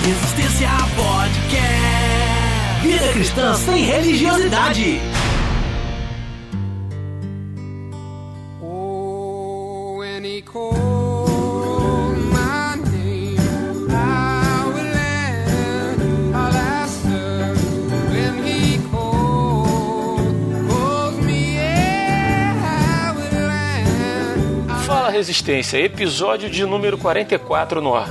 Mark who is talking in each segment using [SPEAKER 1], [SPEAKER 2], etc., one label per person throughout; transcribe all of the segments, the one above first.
[SPEAKER 1] Resistência Podcast. Vida cristã sem religiosidade.
[SPEAKER 2] Oh, when he called my name, I will answer. When he calls me, I will answer.
[SPEAKER 3] Fala Resistência, episódio de número 44 no ar.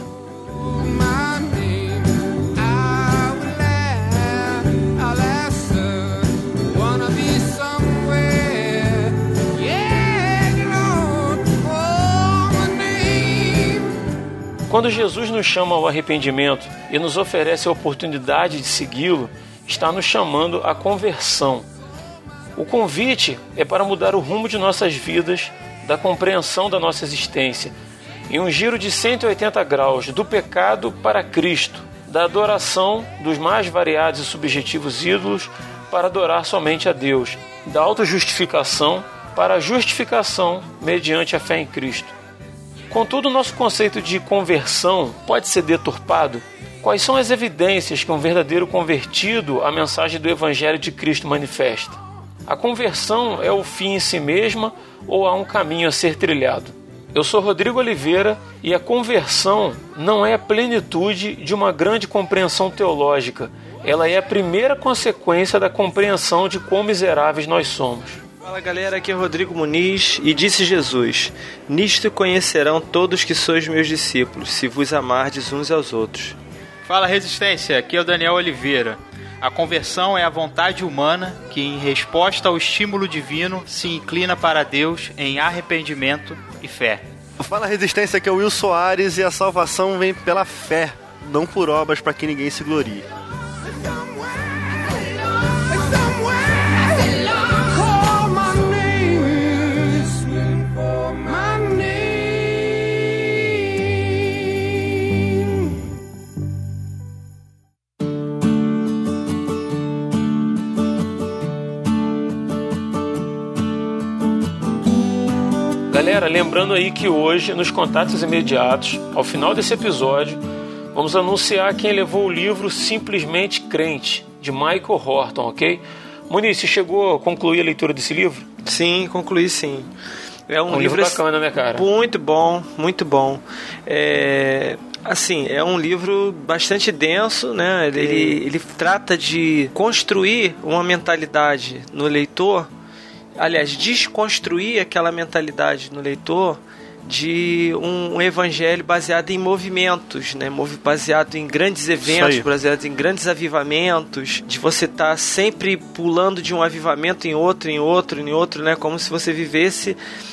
[SPEAKER 3] Quando Jesus nos chama ao arrependimento e nos oferece a oportunidade de segui-lo, está nos chamando à conversão. O convite é para mudar o rumo de nossas vidas, da compreensão da nossa existência, em um giro de 180 graus, do pecado para Cristo, da adoração dos mais variados e subjetivos ídolos para adorar somente a Deus, da autojustificação para a justificação mediante a fé em Cristo. Contudo, o nosso conceito de conversão pode ser deturpado. Quais são as evidências que um verdadeiro convertido à mensagem do Evangelho de Cristo manifesta? A conversão é o fim em si mesma ou há um caminho a ser trilhado? Eu sou Rodrigo Oliveira e a conversão não é a plenitude de uma grande compreensão teológica. Ela é a primeira consequência da compreensão de quão miseráveis nós somos.
[SPEAKER 4] Fala galera, aqui é Rodrigo Muniz e disse Jesus: nisto conhecerão todos que sois meus discípulos, se vos amardes uns aos outros.
[SPEAKER 5] Fala Resistência, aqui é o Daniel Oliveira. A conversão é a vontade humana que, em resposta ao estímulo divino, se inclina para Deus em arrependimento e fé.
[SPEAKER 6] Fala Resistência, aqui é o Will Soares e a salvação vem pela fé, não por obras para que ninguém se glorie.
[SPEAKER 3] Galera, lembrando aí que hoje, nos contatos imediatos, ao final desse episódio, vamos anunciar quem levou o livro Simplesmente Crente, de Michael Horton, ok? Muniz, você chegou a concluir a leitura desse livro?
[SPEAKER 4] Sim, concluí sim. É um
[SPEAKER 3] livro bacana, né, cara?
[SPEAKER 4] Muito bom, muito bom. É um livro bastante denso, né? Ele trata de construir uma mentalidade no leitor. Aliás, desconstruir aquela mentalidade no leitor de um evangelho baseado em movimentos, né? Baseado em grandes eventos, baseado em grandes avivamentos, de você estar sempre pulando de um avivamento em outro, né? Como se você vivesse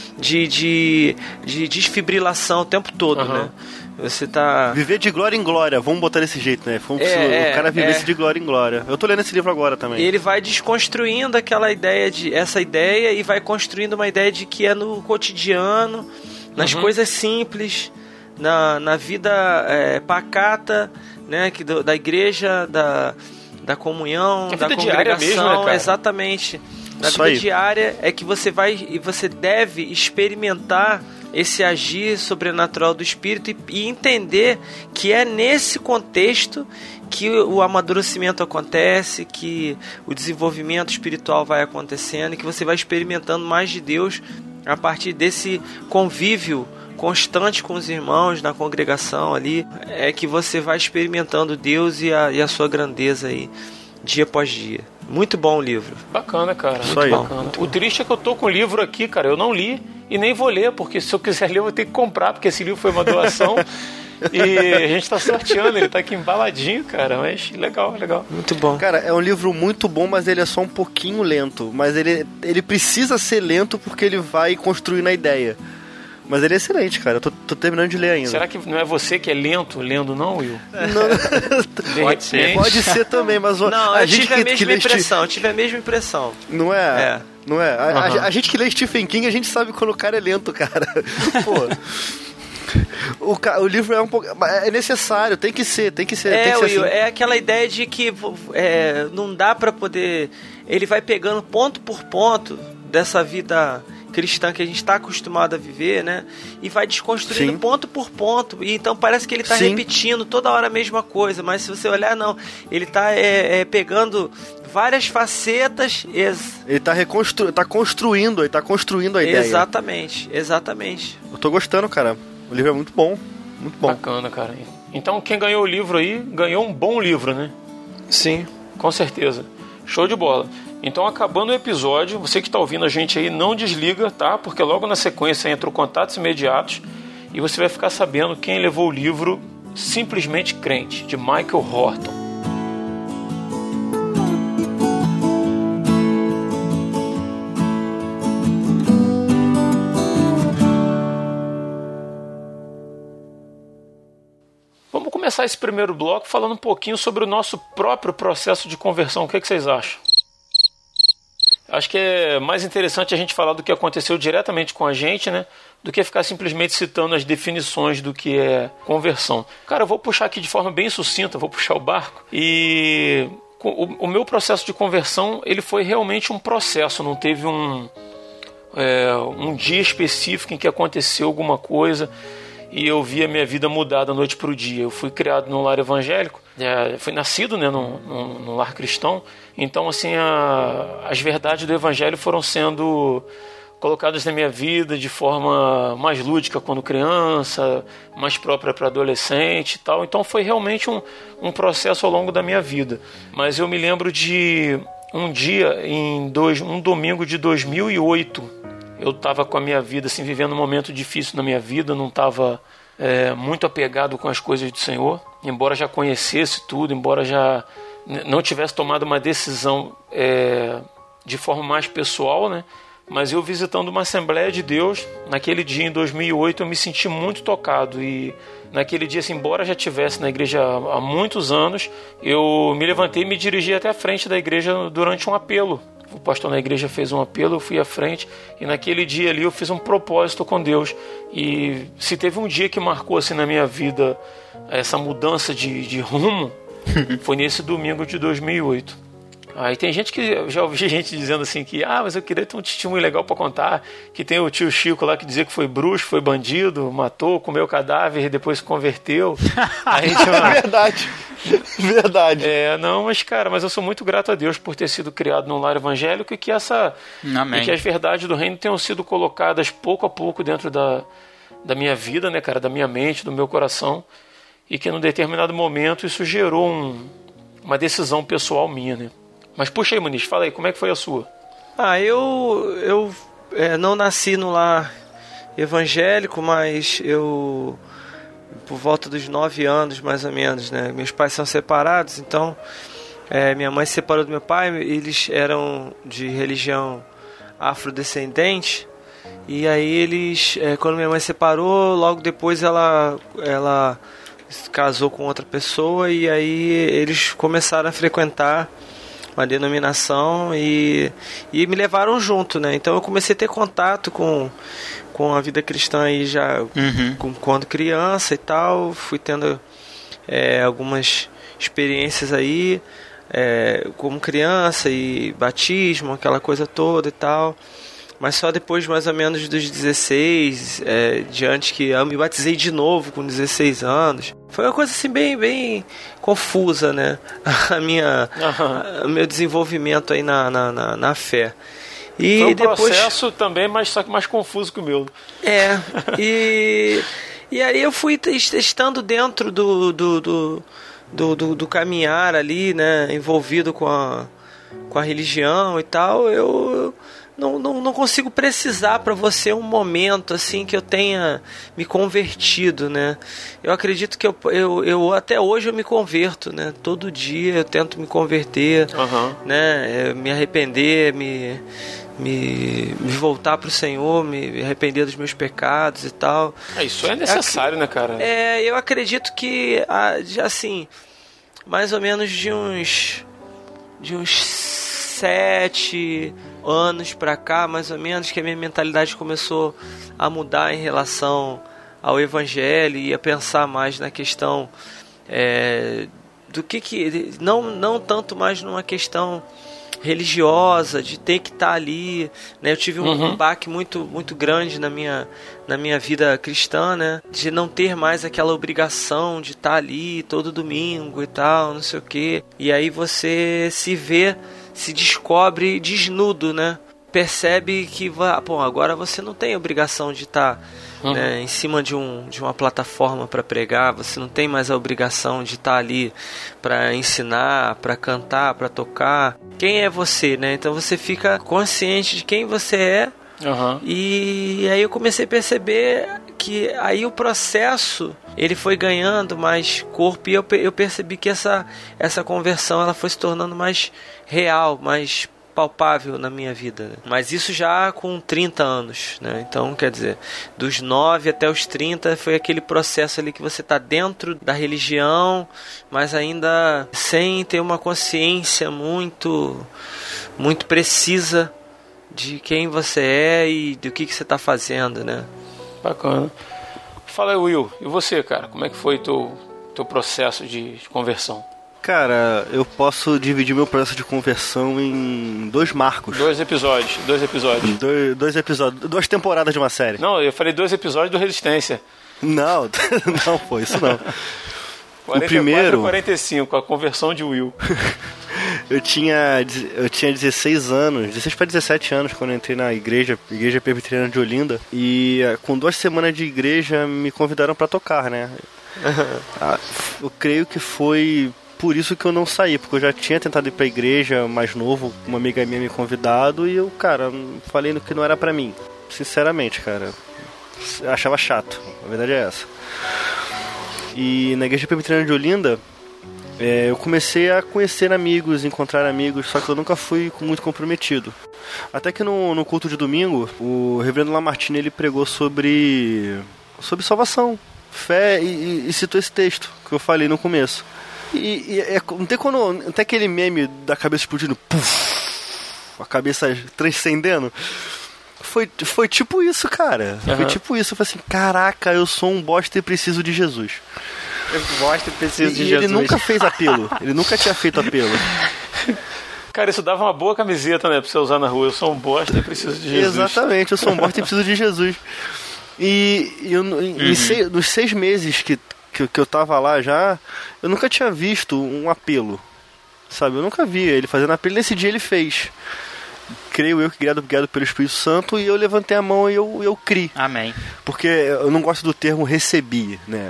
[SPEAKER 4] de desfibrilação o tempo todo, né? Você tá...
[SPEAKER 6] Viver de glória em glória, vamos botar desse jeito, né? O cara vivesse de glória em glória. Eu tô lendo esse livro agora também.
[SPEAKER 4] E ele vai desconstruindo essa ideia e vai construindo uma ideia de que é no cotidiano, nas coisas simples, na vida pacata, né? Da igreja, da comunhão, da congregação,
[SPEAKER 3] mesmo, né, cara?
[SPEAKER 4] Exatamente. Na vida diária é que você deve experimentar esse agir sobrenatural do Espírito e entender que é nesse contexto que o amadurecimento acontece, que o desenvolvimento espiritual vai acontecendo e que você vai experimentando mais de Deus a partir desse convívio constante com os irmãos na congregação ali. É que você vai experimentando Deus e a sua grandeza aí, dia após dia. Muito bom o livro.
[SPEAKER 3] Bacana, cara.
[SPEAKER 6] Isso aí.
[SPEAKER 3] Bacana. O triste é que eu tô com o livro aqui, cara. Eu não li e nem vou ler, porque se eu quiser ler eu vou ter que comprar, porque esse livro foi uma doação. E a gente tá sorteando, ele tá aqui embaladinho, cara. Mas legal.
[SPEAKER 4] Muito bom.
[SPEAKER 6] Cara, é um livro muito bom, mas ele é só um pouquinho lento. Mas ele precisa ser lento porque ele vai construindo a ideia. Mas ele é excelente, cara. Eu tô terminando de ler ainda.
[SPEAKER 3] Será que não é você que é lendo, não, Will?
[SPEAKER 6] Não.
[SPEAKER 5] Pode ser.
[SPEAKER 6] Pode ser também, mas...
[SPEAKER 4] Não, eu tive a mesma impressão.
[SPEAKER 6] Não é? Não é? A gente que lê Stephen King, a gente sabe quando o cara é lento, cara. Pô... O livro é um pouco... É necessário, tem que ser
[SPEAKER 4] Will,
[SPEAKER 6] assim.
[SPEAKER 4] É aquela ideia de que não dá pra poder... Ele vai pegando ponto por ponto dessa vida cristã que a gente está acostumado a viver, né? E vai desconstruindo
[SPEAKER 6] Sim.
[SPEAKER 4] ponto por ponto. E então parece que ele está
[SPEAKER 6] Sim.
[SPEAKER 4] repetindo toda hora a mesma coisa. Mas se você olhar, não. Ele está pegando várias facetas.
[SPEAKER 6] Ele tá construindo a ideia.
[SPEAKER 4] Exatamente.
[SPEAKER 6] Eu tô gostando, cara. O livro é muito bom. Muito bom.
[SPEAKER 3] Bacana, cara. Então quem ganhou o livro aí, ganhou um bom livro, né?
[SPEAKER 4] Sim.
[SPEAKER 3] Com certeza. Show de bola. Então, acabando o episódio, você que está ouvindo a gente aí, não desliga, tá? Porque logo na sequência entra o Contatos Imediatos e você vai ficar sabendo quem levou o livro Simplesmente Crente, de Michael Horton. Vamos começar esse primeiro bloco falando um pouquinho sobre o nosso próprio processo de conversão. O que vocês acham? Acho que é mais interessante a gente falar do que aconteceu diretamente com a gente, né? Do que ficar simplesmente citando as definições do que é conversão. Cara, eu vou puxar aqui de forma bem sucinta, vou puxar o barco. E o meu processo de conversão, ele foi realmente um processo, não teve um dia específico em que aconteceu alguma coisa e eu vi a minha vida mudar da noite para o dia. Eu fui criado num lar evangélico, fui nascido, né, num lar cristão. Então, assim, as verdades do evangelho foram sendo colocadas na minha vida de forma mais lúdica quando criança, mais própria para adolescente e tal. Então foi realmente um processo ao longo da minha vida. Mas eu me lembro de um dia, um domingo de 2008, eu estava com a minha vida, assim, vivendo um momento difícil na minha vida, não estava muito apegado com as coisas do Senhor, embora já conhecesse tudo, embora já não tivesse tomado uma decisão de forma mais pessoal, né? Mas eu visitando uma Assembleia de Deus, naquele dia em 2008, eu me senti muito tocado. E naquele dia, assim, embora já estivesse na igreja há muitos anos, eu me levantei e me dirigi até a frente da igreja durante um apelo. O pastor na igreja fez um apelo, eu fui à frente, e naquele dia ali eu fiz um propósito com Deus. E se teve um dia que marcou assim na minha vida essa mudança de rumo, foi nesse domingo de 2008. Aí tem gente que, já ouvi gente dizendo assim que, mas eu queria ter um testemunho legal para contar, que tem o tio Chico lá que dizia que foi bruxo, foi bandido, matou, comeu cadáver e depois se converteu. Aí,
[SPEAKER 6] Verdade.
[SPEAKER 3] Não, mas cara, mas eu sou muito grato a Deus por ter sido criado num lar evangélico e que e que as verdades do reino tenham sido colocadas pouco a pouco dentro da minha vida, né, cara, da minha mente, do meu coração, e que num determinado momento isso gerou uma decisão pessoal minha, né. Mas puxa aí, Muniz, fala aí, como é que foi a sua?
[SPEAKER 4] Eu não nasci no lar evangélico, mas eu, por volta dos 9 anos, mais ou menos, né? Meus pais são separados, então minha mãe se separou do meu pai, eles eram de religião afrodescendente, e aí eles, quando minha mãe se separou, logo depois ela casou com outra pessoa, e aí eles começaram a frequentar uma denominação e me levaram junto, né? Então eu comecei a ter contato com a vida cristã aí já quando criança e tal. Fui tendo algumas experiências aí como criança e batismo, aquela coisa toda e tal. Mas só depois mais ou menos dos 16 diante que eu me batizei de novo com 16 anos. Foi uma coisa assim bem confusa, né? O meu desenvolvimento aí na fé. E
[SPEAKER 3] foi um
[SPEAKER 4] depois
[SPEAKER 3] processo também, mas só que mais confuso que o meu.
[SPEAKER 4] E aí eu fui estando dentro do caminhar ali, né? Envolvido com a religião e tal. Eu não consigo precisar para você um momento assim que eu tenha me convertido, né? Eu acredito que eu até hoje eu me converto, né? Todo dia eu tento me converter, né? Me arrepender, me voltar para o Senhor, me arrepender dos meus pecados e tal.
[SPEAKER 3] Isso é necessário, né, cara?
[SPEAKER 4] Eu acredito que assim, mais ou menos de uns 7 anos pra cá, mais ou menos, que a minha mentalidade começou a mudar em relação ao evangelho e a pensar mais na questão do que não tanto mais numa questão religiosa, de ter que estar ali, né? Eu tive um baque muito, muito grande na minha vida cristã, né? De não ter mais aquela obrigação de estar ali todo domingo e tal, não sei o quê. E aí você se descobre desnudo, né? Percebe que, bom, agora você não tem obrigação de estar né, em cima de uma plataforma para pregar, você não tem mais a obrigação de estar ali para ensinar, para cantar, para tocar. Quem é você, né? Então você fica consciente de quem você é. E aí eu comecei a perceber que aí o processo ele foi ganhando mais corpo, e eu percebi que essa conversão ela foi se tornando mais real, mais palpável na minha vida, né? Mas isso já com 30 anos, né? Então, quer dizer, dos 9 até os 30 foi aquele processo ali que você está dentro da religião, mas ainda sem ter uma consciência muito, muito precisa de quem você é e do que você está fazendo, né?
[SPEAKER 3] Bacana. Fala aí, Will, e você, cara? Como é que foi teu processo de conversão?
[SPEAKER 6] Cara, eu posso dividir meu processo de conversão em 2 marcos.
[SPEAKER 3] 2 episódios. 2
[SPEAKER 6] episódios. 2 temporadas de uma série.
[SPEAKER 3] Não, eu falei 2 episódios do Resistência.
[SPEAKER 6] Não, não foi isso não.
[SPEAKER 3] 44
[SPEAKER 6] o primeiro...
[SPEAKER 3] 45, a conversão de Will.
[SPEAKER 6] Eu tinha 16 anos, 16 para 17 anos quando eu entrei na igreja presbiteriana de Olinda. E com 2 semanas de igreja me convidaram para tocar, né? Eu creio que foi por isso que eu não saí, porque eu já tinha tentado ir pra igreja mais novo, uma amiga minha me convidado, e eu, cara, falei no que não era pra mim. Sinceramente, cara, eu achava chato, a verdade é essa. E na igreja presbiteriana de Olinda, eu comecei a conhecer amigos, encontrar amigos, só que eu nunca fui muito comprometido. Até que no culto de domingo, o reverendo Lamartine, ele pregou sobre salvação, fé, e citou esse texto que eu falei no começo. Não tem aquele meme da cabeça explodindo, puff, a cabeça transcendendo. Foi tipo isso, cara. Foi tipo isso. Eu falei assim, caraca, eu sou um bosta e preciso de Jesus.
[SPEAKER 5] Eu gosto e preciso de
[SPEAKER 6] Jesus.
[SPEAKER 5] Jesus.
[SPEAKER 6] Ele nunca fez apelo. Ele nunca tinha feito apelo.
[SPEAKER 3] Cara, isso dava uma boa camiseta, né, pra você usar na rua. Eu sou um bosta e preciso de Jesus.
[SPEAKER 6] Exatamente, eu sou um bosta e preciso de Jesus. Nos 6 meses que eu tava lá já, eu nunca tinha visto um apelo, sabe? Eu nunca vi ele fazendo apelo. Nesse dia ele fez. Creio eu que obrigado pelo Espírito Santo, e eu levantei a mão e eu criei.
[SPEAKER 5] Amém.
[SPEAKER 6] Porque eu não gosto do termo recebi, né?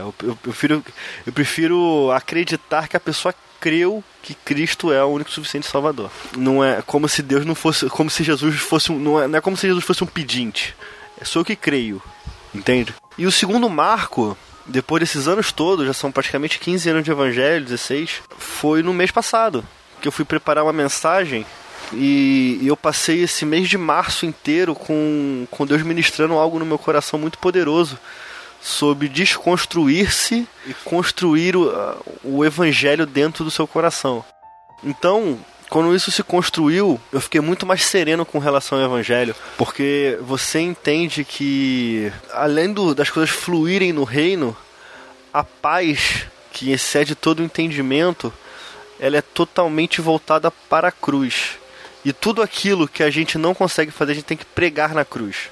[SPEAKER 6] Eu prefiro acreditar que a pessoa creu que Cristo é o único suficiente Salvador. Não é como se Deus não fosse, como se Jesus fosse, não é como se Jesus fosse um pedinte. Sou eu que creio, entende? E o segundo marco, depois desses anos todos, já são praticamente 15 anos de evangelho, 16, foi no mês passado, que eu fui preparar uma mensagem. E eu passei esse mês de março inteiro com Deus ministrando algo no meu coração muito poderoso sobre desconstruir-se e construir o evangelho dentro do seu coração. Então, quando isso se construiu, eu fiquei muito mais sereno com relação ao evangelho, porque você entende que, além das coisas fluírem no reino, a paz que excede todo o entendimento, ela é totalmente voltada para a cruz. E tudo aquilo que a gente não consegue fazer, a gente tem que pregar na cruz.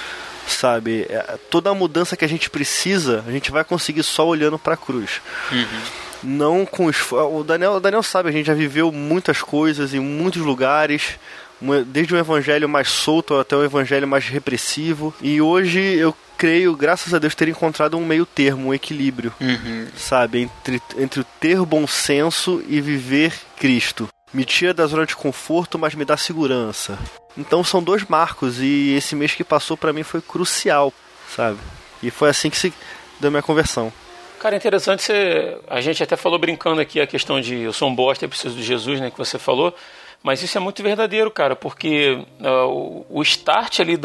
[SPEAKER 6] Sabe? Toda a mudança que a gente precisa, a gente vai conseguir só olhando para a cruz. Não com o Daniel sabe, a gente já viveu muitas coisas em muitos lugares, desde um evangelho mais solto até um evangelho mais repressivo. E hoje eu creio, graças a Deus, ter encontrado um meio termo, um equilíbrio. Sabe? Entre ter bom senso e viver Cristo. Me tira da zona de conforto, mas me dá segurança. Então são 2 marcos, e esse mês que passou pra mim foi crucial, sabe? E foi assim que se deu minha conversão.
[SPEAKER 3] Cara, interessante, a gente até falou brincando aqui a questão de eu sou um bosta e preciso de Jesus, né, que você falou, mas isso é muito verdadeiro, cara, porque o start ali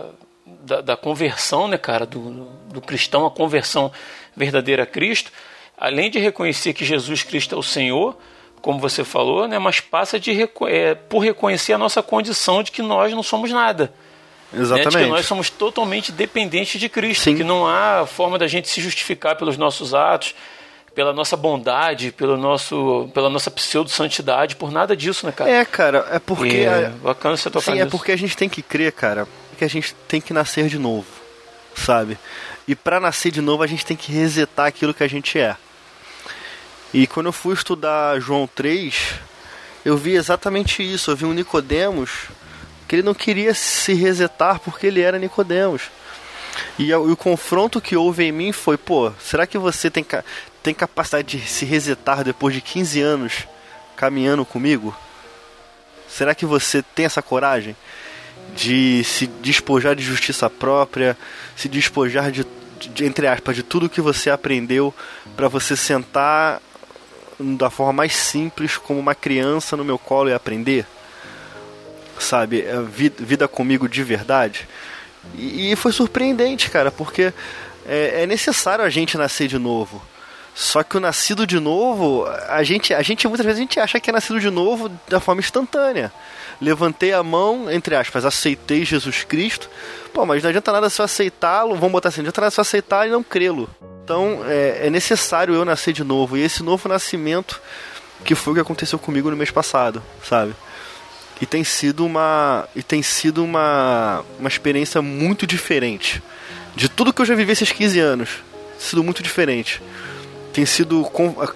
[SPEAKER 3] da conversão, né, cara, do cristão, a conversão verdadeira a Cristo, além de reconhecer que Jesus Cristo é o Senhor, como você falou, né, mas passa por reconhecer a nossa condição de que nós não somos nada.
[SPEAKER 6] Exatamente.
[SPEAKER 3] Né, de que nós somos totalmente dependentes de Cristo.
[SPEAKER 6] Sim.
[SPEAKER 3] Que não há forma da gente se justificar pelos nossos atos. pela nossa bondade, pela nossa pseudo-santidade, por nada disso, né, cara?
[SPEAKER 6] Cara, é porque...
[SPEAKER 3] bacana você tocar
[SPEAKER 6] sim,
[SPEAKER 3] nisso.
[SPEAKER 6] é porque a gente tem que crer, cara, que a gente tem que nascer de novo, sabe? E pra nascer de novo, a gente tem que resetar aquilo que a gente é. E quando eu fui estudar João 3, eu vi exatamente isso. Eu vi um Nicodemos que ele não queria se resetar porque ele era Nicodemos. E o confronto que houve em mim foi, será que você tem capacidade de se resetar depois de 15 anos caminhando comigo? Será que você tem essa coragem de se despojar de justiça própria, se despojar de entre aspas, de tudo que você aprendeu, para você sentar da forma mais simples como uma criança no meu colo e aprender? Sabe, vida comigo de verdade. E foi surpreendente, cara, porque é necessário a gente nascer de novo. Só que o nascido de novo, a gente muitas vezes a gente acha que é nascido de novo da forma instantânea. Levantei a mão, entre aspas, aceitei Jesus Cristo. Mas não adianta nada se eu aceitá-lo, vamos botar assim, não adianta nada se eu aceitar e não crê-lo. Então é necessário eu nascer de novo. E esse novo nascimento que foi o que aconteceu comigo no mês passado, sabe? E tem sido uma experiência muito diferente. De tudo que eu já vivi esses 15 anos, tem sido muito diferente. Tem sido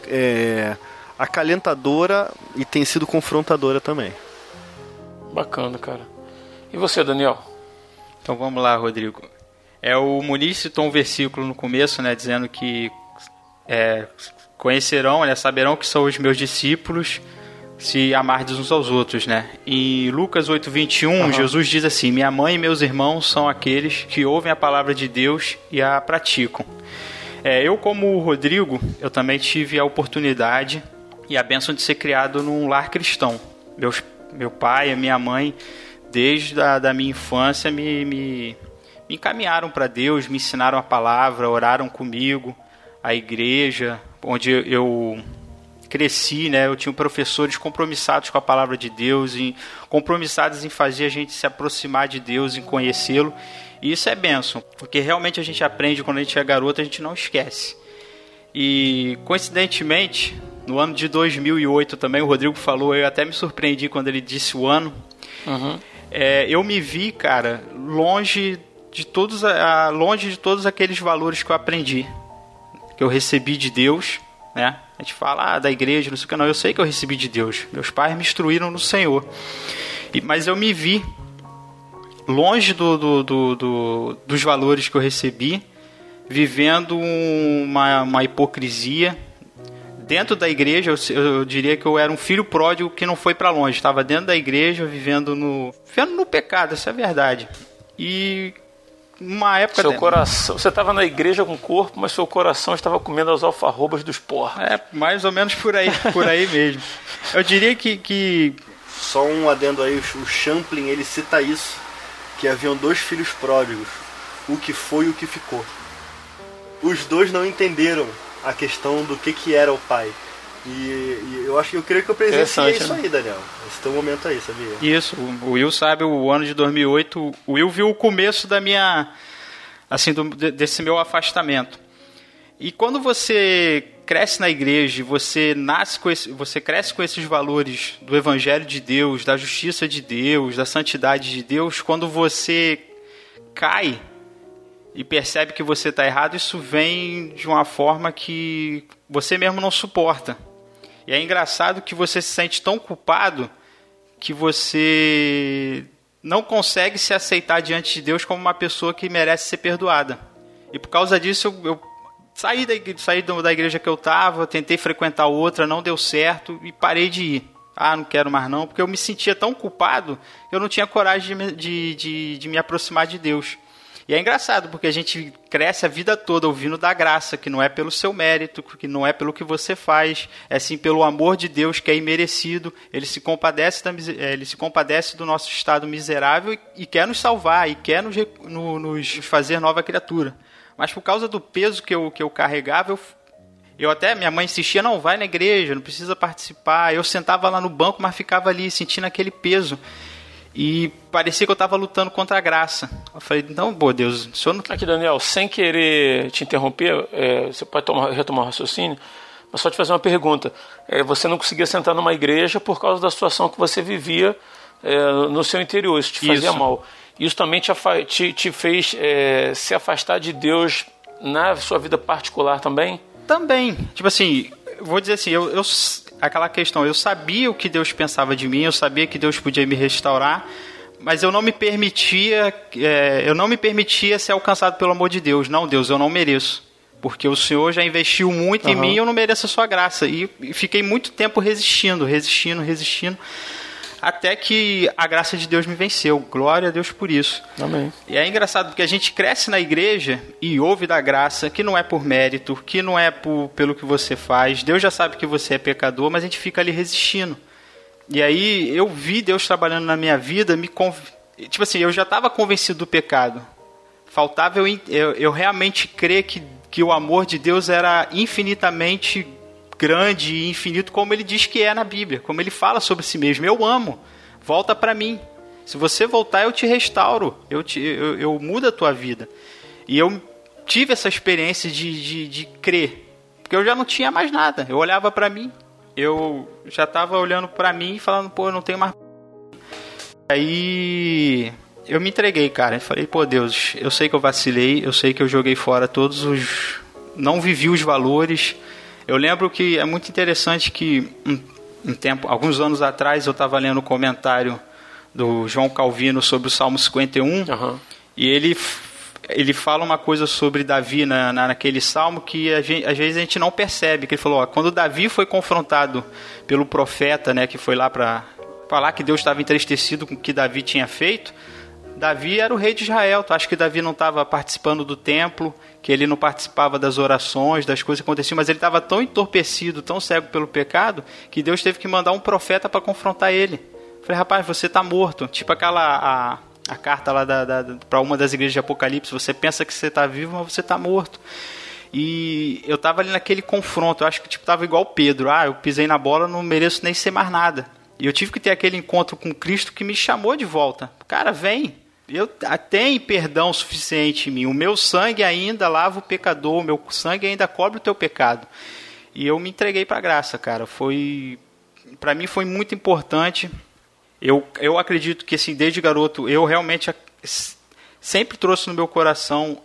[SPEAKER 6] acalentadora e tem sido confrontadora também.
[SPEAKER 3] Bacana, cara. E você, Daniel?
[SPEAKER 5] Então vamos lá, Rodrigo. O Muniz citou um versículo no começo, né, dizendo que conhecerão, saberão que são os meus discípulos se amardes uns aos outros, né? Em Lucas 8:21, Jesus diz assim: minha mãe e meus irmãos são aqueles que ouvem a palavra de Deus e a praticam. Eu, como o Rodrigo, eu também tive a oportunidade e a bênção de ser criado num lar cristão. Meu pai e minha mãe, desde a minha infância, me encaminharam para Deus, me ensinaram a palavra, oraram comigo, a igreja, onde eu cresci, né? Eu tinha professores compromissados com a palavra de Deus, compromissados em fazer a gente se aproximar de Deus, em conhecê-lo. E isso é bênção, porque realmente a gente aprende quando a gente é garoto, a gente não esquece. E coincidentemente, no ano de 2008 também, o Rodrigo falou, eu até me surpreendi quando ele disse o ano. Eu me vi, cara, longe de todos aqueles valores que eu aprendi, que eu recebi de Deus, né? A gente fala da igreja, não sei o que, não. Eu sei que eu recebi de Deus. Meus pais me instruíram no Senhor. Mas eu me vi longe dos valores que eu recebi, vivendo uma hipocrisia. Dentro da igreja, eu diria que eu era um filho pródigo que não foi para longe. Estava dentro da igreja, vivendo no pecado, essa é a verdade. E uma época...
[SPEAKER 3] Seu coração, você estava na igreja com o corpo, mas seu coração estava comendo as alfarrobas dos porcos.
[SPEAKER 5] Mais ou menos por aí mesmo. Eu diria que...
[SPEAKER 6] Só um adendo aí, o Champlin, ele cita isso, que haviam 2 filhos pródigos, o que foi e o que ficou. Os 2 não entenderam a questão do que era o pai. E eu creio que eu presenciei isso aí, Daniel. Esse teu momento aí, sabia?
[SPEAKER 5] Isso, o Will sabe, o ano de 2008, o Will viu o começo da minha, desse meu afastamento. E quando você cresce na igreja, você cresce com esses valores do Evangelho de Deus, da justiça de Deus, da santidade de Deus, quando você cai e percebe que você está errado, isso vem de uma forma que você mesmo não suporta. E é engraçado que você se sente tão culpado que você não consegue se aceitar diante de Deus como uma pessoa que merece ser perdoada. E por causa disso eu saí da igreja que eu estava, tentei frequentar outra, não deu certo e parei de ir. Não quero mais não, porque eu me sentia tão culpado que eu não tinha coragem de me aproximar de Deus. E é engraçado, porque a gente cresce a vida toda ouvindo da graça, que não é pelo seu mérito, que não é pelo que você faz, é sim pelo amor de Deus, que é imerecido. Ele se compadece do nosso estado miserável e quer nos salvar, e quer nos fazer nova criatura. Mas por causa do peso que eu carregava, minha mãe insistia, não, vai na igreja, não precisa participar. Eu sentava lá no banco, mas ficava ali sentindo aquele peso. E parecia que eu estava lutando contra a graça. Eu falei, não, Deus, o senhor não...
[SPEAKER 3] Aqui, Daniel, sem querer te interromper, você pode retomar o raciocínio, Mas só te fazer uma pergunta. Você não conseguia sentar numa igreja por causa da situação que você vivia no seu interior. Isso te fazia mal. Isso também te fez se afastar de Deus na sua vida particular também?
[SPEAKER 5] Também. Tipo assim, vou dizer assim, aquela questão, eu sabia o que Deus pensava de mim, eu sabia que Deus podia me restaurar, mas eu não me permitia ser alcançado pelo amor de Deus. Não, Deus, eu não mereço. Porque o Senhor já investiu muito em mim e eu não mereço a sua graça. E fiquei muito tempo resistindo. Até que a graça de Deus me venceu. Glória a Deus por isso.
[SPEAKER 3] Amém.
[SPEAKER 5] E é engraçado porque a gente cresce na igreja e ouve da graça, que não é por mérito, que não é pelo que você faz. Deus já sabe que você é pecador, mas a gente fica ali resistindo. E aí eu vi Deus trabalhando na minha vida, tipo assim, eu já estava convencido do pecado. Faltava eu realmente crer que o amor de Deus era infinitamente grande e infinito, como ele diz que é na Bíblia, como ele fala sobre si mesmo. Eu amo, volta para mim. Se você voltar, eu te restauro, eu mudo a tua vida. E eu tive essa experiência de crer, porque eu já não tinha mais nada. Eu olhava para mim, eu já estava olhando para mim e falando, pô, eu não tenho mais. Aí eu me entreguei, cara. Eu falei, pô, Deus, eu sei que eu vacilei, eu sei que eu joguei fora não vivi os valores. Eu lembro que é muito interessante que alguns anos atrás eu estava lendo um comentário do João Calvino sobre o Salmo 51, e ele fala uma coisa sobre Davi naquele salmo que às vezes a gente não percebe, que ele falou, quando Davi foi confrontado pelo profeta, né, que foi lá para falar que Deus estava entristecido com o que Davi tinha feito, Davi era o rei de Israel. Tu acha que Davi não estava participando do templo, que ele não participava das orações, das coisas que aconteciam, mas ele estava tão entorpecido, tão cego pelo pecado, que Deus teve que mandar um profeta para confrontar ele. Eu falei, rapaz, você está morto. Tipo a carta lá para uma das igrejas de Apocalipse, você pensa que você está vivo, mas você está morto. E eu estava ali naquele confronto, eu acho que estava igual Pedro, eu pisei na bola, não mereço nem ser mais nada. E eu tive que ter aquele encontro com Cristo que me chamou de volta. Cara, vem. Eu tenho perdão suficiente em mim. O meu sangue ainda lava o pecador. O meu sangue ainda cobre o teu pecado. E eu me entreguei para a graça, cara. Para mim foi muito importante. Eu acredito que, assim, desde garoto, eu realmente sempre trouxe no meu coração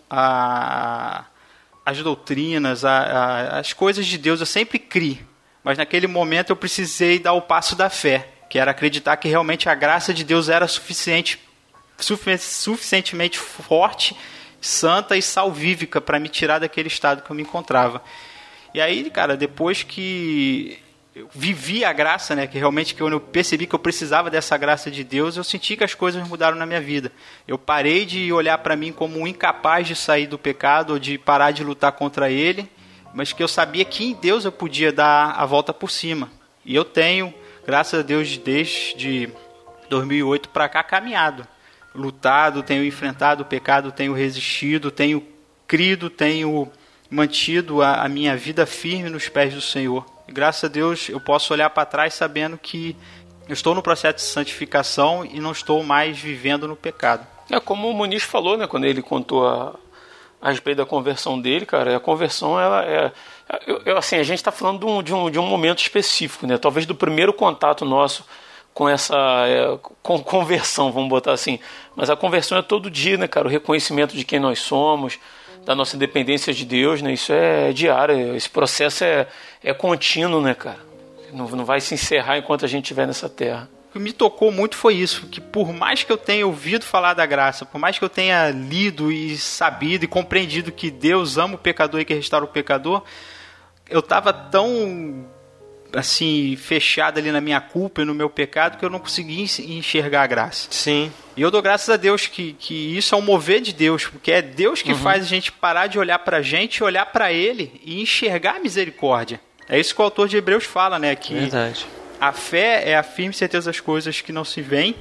[SPEAKER 5] as doutrinas, as coisas de Deus. Eu sempre criei. Mas naquele momento eu precisei dar o passo da fé, que era acreditar que realmente a graça de Deus era suficientemente forte, santa e salvífica para me tirar daquele estado que eu me encontrava. E aí, cara, depois que eu vivi a graça, né, que realmente quando eu percebi que eu precisava dessa graça de Deus, eu senti que as coisas mudaram na minha vida. Eu parei de olhar para mim como um incapaz de sair do pecado ou de parar de lutar contra ele, mas que eu sabia que em Deus eu podia dar a volta por cima. E eu tenho, graças a Deus, desde 2008 para cá, caminhado, lutado, tenho enfrentado o pecado, tenho resistido, tenho crido, tenho mantido a minha vida firme nos pés do Senhor. E graças a Deus eu posso olhar para trás sabendo que eu estou no processo de santificação e não estou mais vivendo no pecado.
[SPEAKER 3] É como o Muniz falou, né, quando ele contou a respeito da conversão dele, cara. A conversão, assim, a gente está falando de um momento específico, né? Talvez do primeiro contato nosso com essa com conversão, vamos botar assim. Mas a conversão é todo dia, né, cara? O reconhecimento de quem nós somos, da nossa dependência de Deus, né? Isso é diário. Esse processo é contínuo, né, cara? Não vai se encerrar enquanto a gente estiver nessa terra.
[SPEAKER 5] O que me tocou muito foi isso, que por mais que eu tenha ouvido falar da graça, por mais que eu tenha lido e sabido e compreendido que Deus ama o pecador e que restaura o pecador, eu estava tão, assim, fechado ali na minha culpa e no meu pecado que eu não conseguia enxergar a graça.
[SPEAKER 4] Sim.
[SPEAKER 5] E eu dou graças a Deus que isso é um mover de Deus, porque é Deus que faz a gente parar de olhar pra gente, olhar pra Ele e enxergar a misericórdia. É isso que o autor de Hebreus fala, né? Que
[SPEAKER 4] verdade.
[SPEAKER 5] A fé é a firme certeza das coisas que não se veem,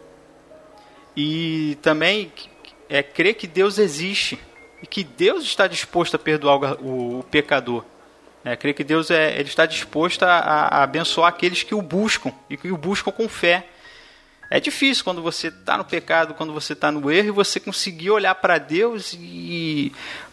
[SPEAKER 5] e também é crer que Deus existe e que Deus está disposto a perdoar o pecador. Crer que Deus ele está disposto a abençoar aqueles que o buscam e que o buscam com fé. É difícil quando você está no pecado, quando você está no erro, e você conseguir olhar para Deus e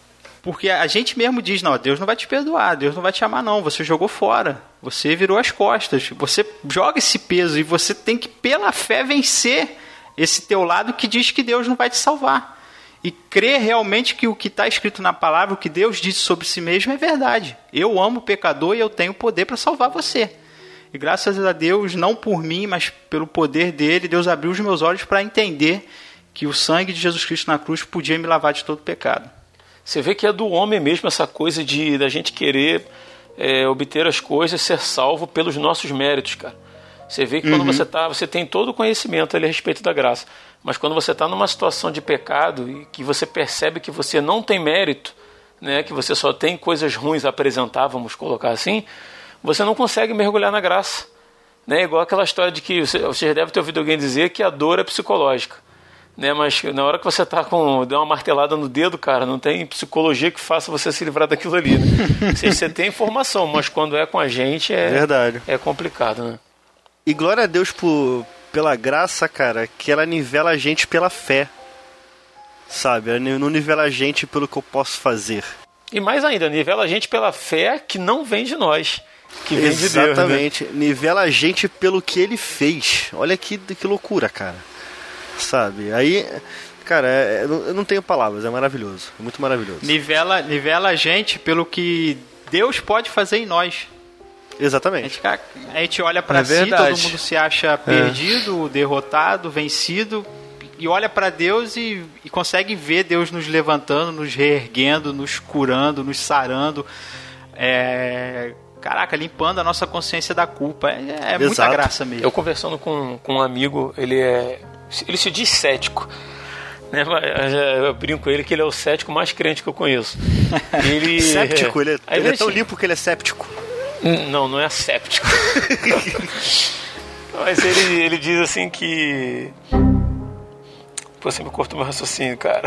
[SPEAKER 5] Porque a gente mesmo diz, não, Deus não vai te perdoar, Deus não vai te amar não, você jogou fora, você virou as costas, você joga esse peso e você tem que, pela fé, vencer esse teu lado que diz que Deus não vai te salvar. E crer realmente que o que está escrito na palavra, o que Deus disse sobre si mesmo é verdade. Eu amo o pecador e eu tenho poder para salvar você. E graças a Deus, não por mim, mas pelo poder dele, Deus abriu os meus olhos para entender que o sangue de Jesus Cristo na cruz podia me lavar de todo pecado.
[SPEAKER 3] Você vê que é do homem mesmo essa coisa da gente querer obter as coisas, ser salvo pelos nossos méritos, cara. Você vê que quando você tem todo o conhecimento ali a respeito da graça, mas quando você está numa situação de pecado e que você percebe que você não tem mérito, né, que você só tem coisas ruins a apresentar, vamos colocar assim, você não consegue mergulhar na graça. Né? Igual aquela história de que você deve ter ouvido alguém dizer que a dor é psicológica. Né? Mas na hora que você tá deu uma martelada no dedo, cara, não tem psicologia que faça você se livrar daquilo ali, né? Você tem informação, mas quando é com a gente
[SPEAKER 6] Verdade.
[SPEAKER 3] É complicado, né?
[SPEAKER 6] E glória a Deus pela graça, cara, que ela nivela a gente pela fé. Sabe? Ela não nivela a gente pelo que eu posso fazer.
[SPEAKER 3] E mais ainda, nivela a gente pela fé que não vem de nós, que vem de Deus.
[SPEAKER 6] Exatamente.
[SPEAKER 3] Né?
[SPEAKER 6] Nivela a gente pelo que ele fez. Olha que loucura, cara. Sabe? Aí, cara, eu não tenho palavras, é maravilhoso. É muito maravilhoso.
[SPEAKER 5] Nivela a gente pelo que Deus pode fazer em nós.
[SPEAKER 6] Exatamente.
[SPEAKER 5] A gente olha pra si, todo mundo se acha perdido, derrotado, vencido, e olha pra Deus e consegue ver Deus nos levantando, nos reerguendo, nos curando, nos sarando, limpando a nossa consciência da culpa. É muita graça mesmo.
[SPEAKER 3] Eu conversando com um amigo, ele se diz cético, né? Eu brinco com ele que ele é o cético mais crente que eu conheço.
[SPEAKER 6] Séptico? Ele é tão limpo que ele é séptico.
[SPEAKER 3] Não é séptico. Mas ele diz assim que... Pô, você me cortou meu raciocínio, cara.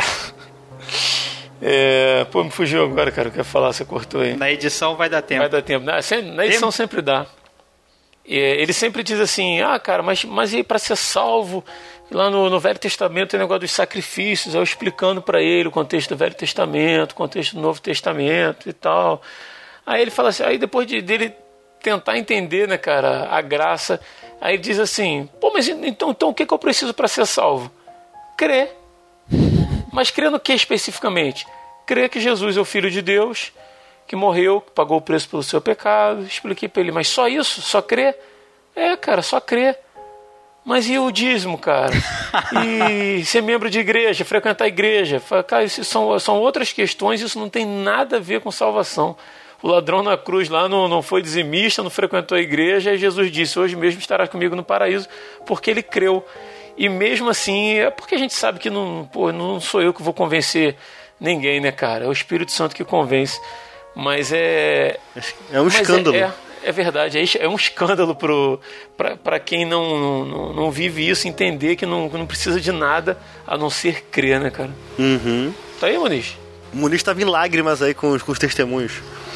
[SPEAKER 3] Me fugiu agora, cara. Eu quero falar, você cortou aí.
[SPEAKER 5] Na edição vai dar tempo.
[SPEAKER 3] Vai dar tempo. Na edição sempre dá. Ele sempre diz assim, cara, mas e para ser salvo? Lá no Velho Testamento tem o negócio dos sacrifícios, eu explicando para ele o contexto do Velho Testamento, o contexto do Novo Testamento e tal. Aí ele fala assim, aí depois dele tentar entender, né, cara, a graça, aí ele diz assim, mas então o que eu preciso para ser salvo? Crer. Mas crer no que especificamente? Crer que Jesus é o Filho de Deus, que morreu, que pagou o preço pelo seu pecado. Expliquei para ele, mas só isso? Só crer? Cara, só crer. Mas e o dízimo, cara? E ser membro de igreja, frequentar a igreja? Cara, isso são outras questões, isso não tem nada a ver com salvação. O ladrão na cruz lá não foi dizimista, não frequentou a igreja, e Jesus disse, hoje mesmo estarás comigo no paraíso, porque ele creu. E mesmo assim, é porque a gente sabe que não sou eu que vou convencer ninguém, né, cara? É o Espírito Santo que convence. Mas é
[SPEAKER 6] um escândalo.
[SPEAKER 3] É verdade, é um escândalo para quem não vive isso, entender que não precisa de nada a não ser crer, né, cara?
[SPEAKER 6] Uhum.
[SPEAKER 3] Tá aí, Muniz?
[SPEAKER 6] O Muniz estava em lágrimas aí com os testemunhos.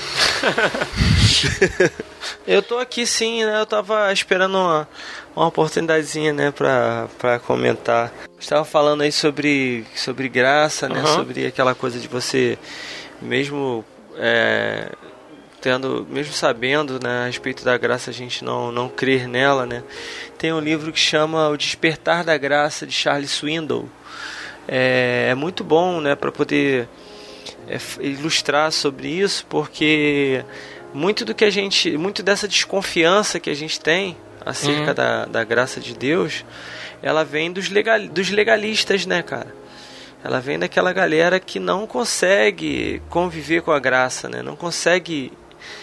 [SPEAKER 4] Eu tô aqui sim, né? Eu tava esperando uma oportunidadezinha, né, pra comentar. Estava falando aí sobre graça, né? Sobre aquela coisa de você mesmo mesmo sabendo, né, a respeito da graça, a gente não crer nela, né? Tem um livro que chama O Despertar da Graça, de Charles Swindoll. É muito bom, né, para poder ilustrar sobre isso, porque muito dessa desconfiança que a gente tem acerca da graça de Deus, ela vem dos legalistas, né, cara? Ela vem daquela galera que não consegue conviver com a graça, né? Não consegue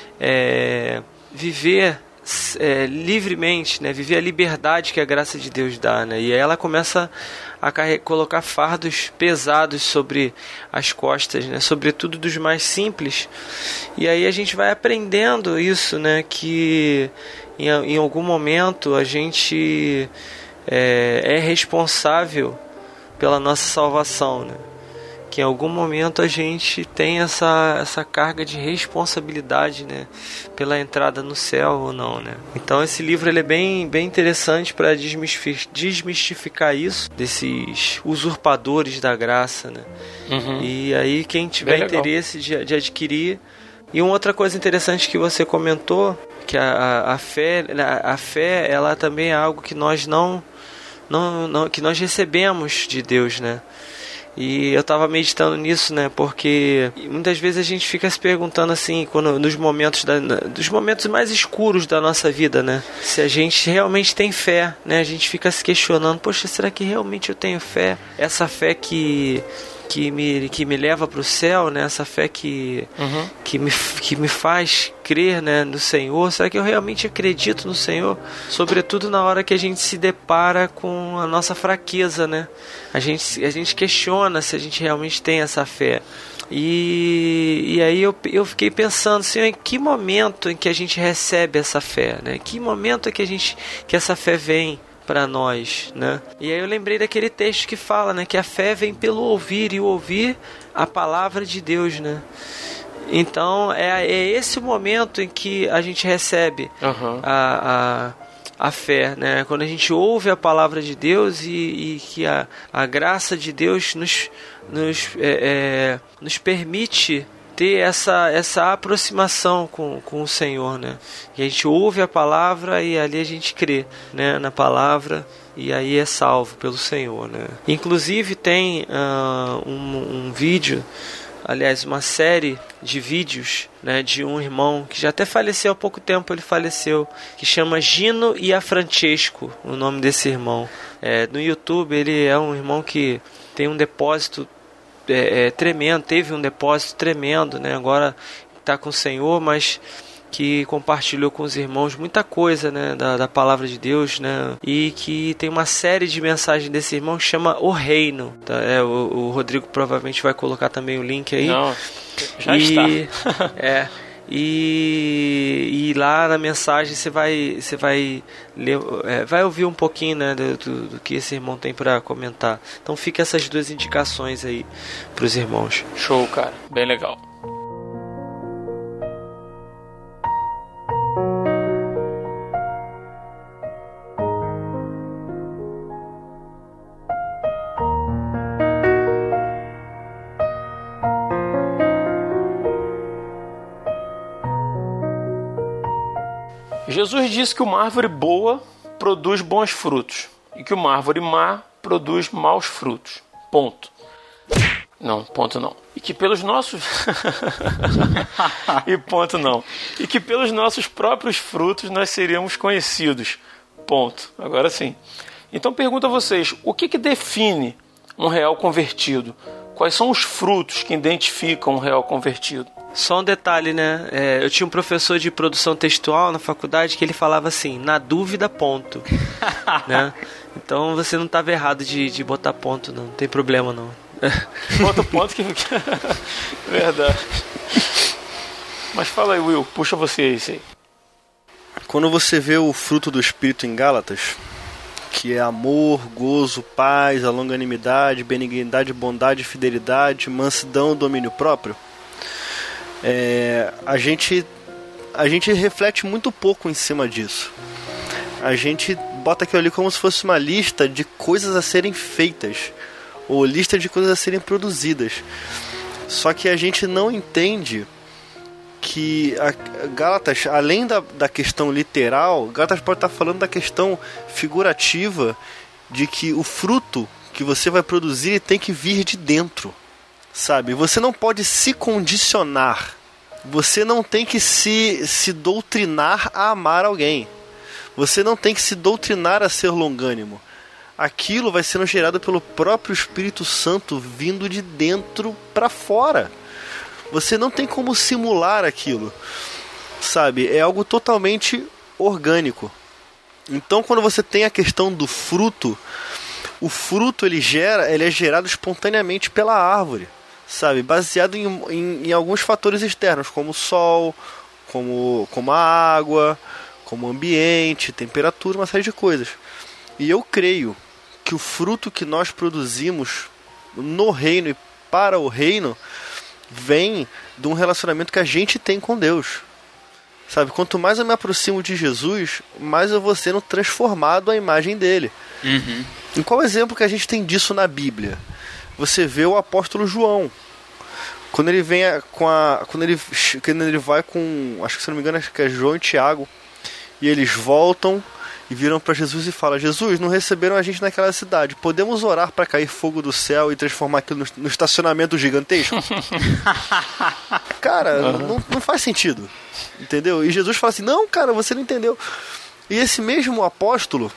[SPEAKER 4] viver livremente, né? Viver a liberdade que a graça de Deus dá, né? E aí ela começa a colocar fardos pesados sobre as costas, né? Sobretudo dos mais simples. E aí a gente vai aprendendo isso, né? Que em algum momento a gente é responsável pela nossa salvação, né? que em algum momento a gente tem essa carga de responsabilidade, né, pela entrada no céu ou não, né? Então esse livro ele é bem interessante para desmistificar isso, desses usurpadores da graça, né? E aí quem tiver interesse de adquirir. E uma outra coisa interessante que você comentou, que a fé ela também é algo que nós que nós recebemos de Deus, né? E eu estava meditando nisso, né? Porque muitas vezes a gente fica se perguntando assim, nos momentos dos momentos mais escuros da nossa vida, né? Se a gente realmente tem fé, né? A gente fica se questionando, poxa, será que realmente eu tenho fé? Essa fé que me leva para o céu, né? Essa fé que me faz crer, né, no Senhor. Será que eu realmente acredito no Senhor? Sobretudo na hora que a gente se depara com a nossa fraqueza, né? A gente questiona se a gente realmente tem essa fé. E aí eu fiquei pensando, Senhor, em que momento em que a gente recebe essa fé, né? Em que momento é que essa fé vem para nós, né? E aí eu lembrei daquele texto que fala, né, que a fé vem pelo ouvir, e o ouvir a palavra de Deus, né? Então é esse o momento em que a gente recebe a fé, né? Quando a gente ouve a palavra de Deus e que a graça de Deus nos permite ter essa aproximação com o Senhor, né? E a gente ouve a palavra e ali a gente crê, né, na palavra, e aí é salvo pelo Senhor, né? Inclusive tem um vídeo, aliás, uma série de vídeos, né, de um irmão que já até faleceu há pouco tempo, ele faleceu, que chama Gino Iafrancesco, o nome desse irmão. No YouTube ele é um irmão que tem um depósito tremendo, teve um depósito tremendo, né? Agora está com o Senhor, mas que compartilhou com os irmãos muita coisa, né, da palavra de Deus, né? E que tem uma série de mensagens desse irmão que chama O Reino, tá? O Rodrigo provavelmente vai colocar também o link aí.
[SPEAKER 3] Não, já está. E lá na mensagem você vai ler, vai ouvir um pouquinho, né, do que esse irmão tem para comentar. Então fica essas duas indicações aí para os irmãos. Show, cara, bem legal. Jesus disse que uma árvore boa produz bons frutos e que uma árvore má produz maus frutos. Ponto. Não, ponto não. E que pelos nossos e ponto não. E que pelos nossos próprios frutos nós seríamos conhecidos. Ponto. Agora sim. Então pergunto a vocês, o que define um real convertido? Quais são os frutos que identificam um real convertido?
[SPEAKER 4] Só um detalhe, né? Eu tinha um professor de produção textual na faculdade que ele falava assim, na dúvida, ponto. Né? Então você não estava errado de botar ponto, não tem problema não.
[SPEAKER 3] Bota ponto que... Verdade. Mas fala aí, Will, puxa você isso aí.
[SPEAKER 6] Quando você vê o fruto do Espírito em Gálatas, que é amor, gozo, paz, a longanimidade, benignidade, bondade, fidelidade, mansidão, domínio próprio, a gente reflete muito pouco em cima disso. A gente bota aquilo ali como se fosse uma lista de coisas a serem feitas, ou lista de coisas a serem produzidas. Só que a gente não entende que a Gálatas, além da questão literal, Gálatas pode estar falando da questão figurativa de que o fruto que você vai produzir tem que vir de dentro, sabe? Você não pode se condicionar, você não tem que se doutrinar a amar alguém, você não tem que se doutrinar a ser longânimo. Aquilo vai sendo gerado pelo próprio Espírito Santo vindo de dentro para fora. Você não tem como simular aquilo, sabe? É algo totalmente orgânico. Então, quando você tem a questão do fruto, o fruto ele é gerado espontaneamente pela árvore, sabe? Baseado em alguns fatores externos, como o sol, como a água, como o ambiente, temperatura, uma série de coisas. E eu creio que o fruto que nós produzimos no reino para o reino vem de um relacionamento que a gente tem com Deus. Sabe, quanto mais eu me aproximo de Jesus, mais eu vou sendo transformado à imagem dele. E qual exemplo que a gente tem disso na Bíblia? Você vê o apóstolo João. Quando ele vem quando ele vai com, acho que se não me engano, acho que é João e Tiago, e eles voltam e viram para Jesus e falam: Jesus, não receberam a gente naquela cidade, podemos orar para cair fogo do céu e transformar aquilo no estacionamento gigantesco? Cara, não faz sentido, entendeu? E Jesus fala assim: não, cara, você não entendeu. E esse mesmo apóstolo,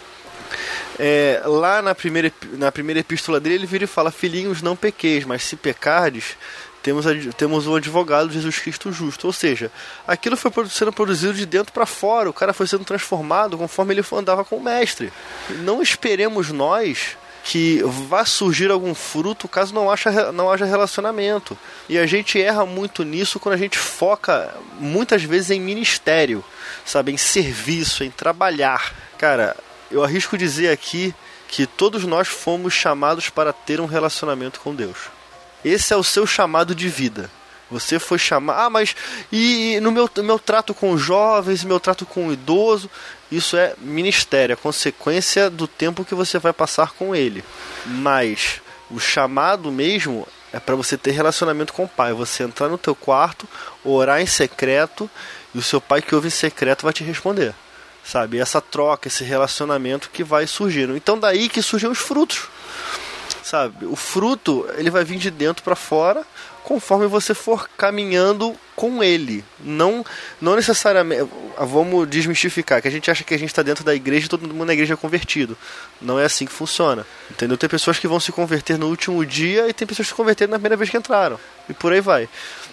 [SPEAKER 6] lá na primeira epístola dele, ele vira e fala: filhinhos, não pequeis, mas se pecardes, temos o advogado Jesus Cristo justo. Ou seja, aquilo foi sendo produzido de dentro para fora. O cara foi sendo transformado conforme ele andava com o mestre. Não esperemos nós que vá surgir algum fruto caso não haja relacionamento. E a gente erra muito nisso quando a gente foca muitas vezes em ministério, sabe, em serviço, em trabalhar. Cara, eu arrisco dizer aqui que todos nós fomos chamados para ter um relacionamento com Deus. Esse é o seu chamado de vida. Você foi chamado... mas e no meu trato com os jovens, meu trato com o idoso? Isso é ministério, é consequência do tempo que você vai passar com ele. Mas o chamado mesmo é para você ter relacionamento com o Pai. Você entrar no teu quarto, orar em secreto, e o seu Pai que ouve em secreto vai te responder. Sabe? Essa troca, esse relacionamento que vai surgindo. Então daí que surgem os frutos. Sabe? O fruto, ele vai vir de dentro para fora conforme você for caminhando com ele. Não necessariamente... Vamos desmistificar, que a gente acha que a gente está dentro da igreja e todo mundo na igreja é convertido. Não é assim que funciona. Entendeu? Tem pessoas que vão se converter no último dia e tem pessoas que se converteram na primeira vez que entraram. E por aí vai.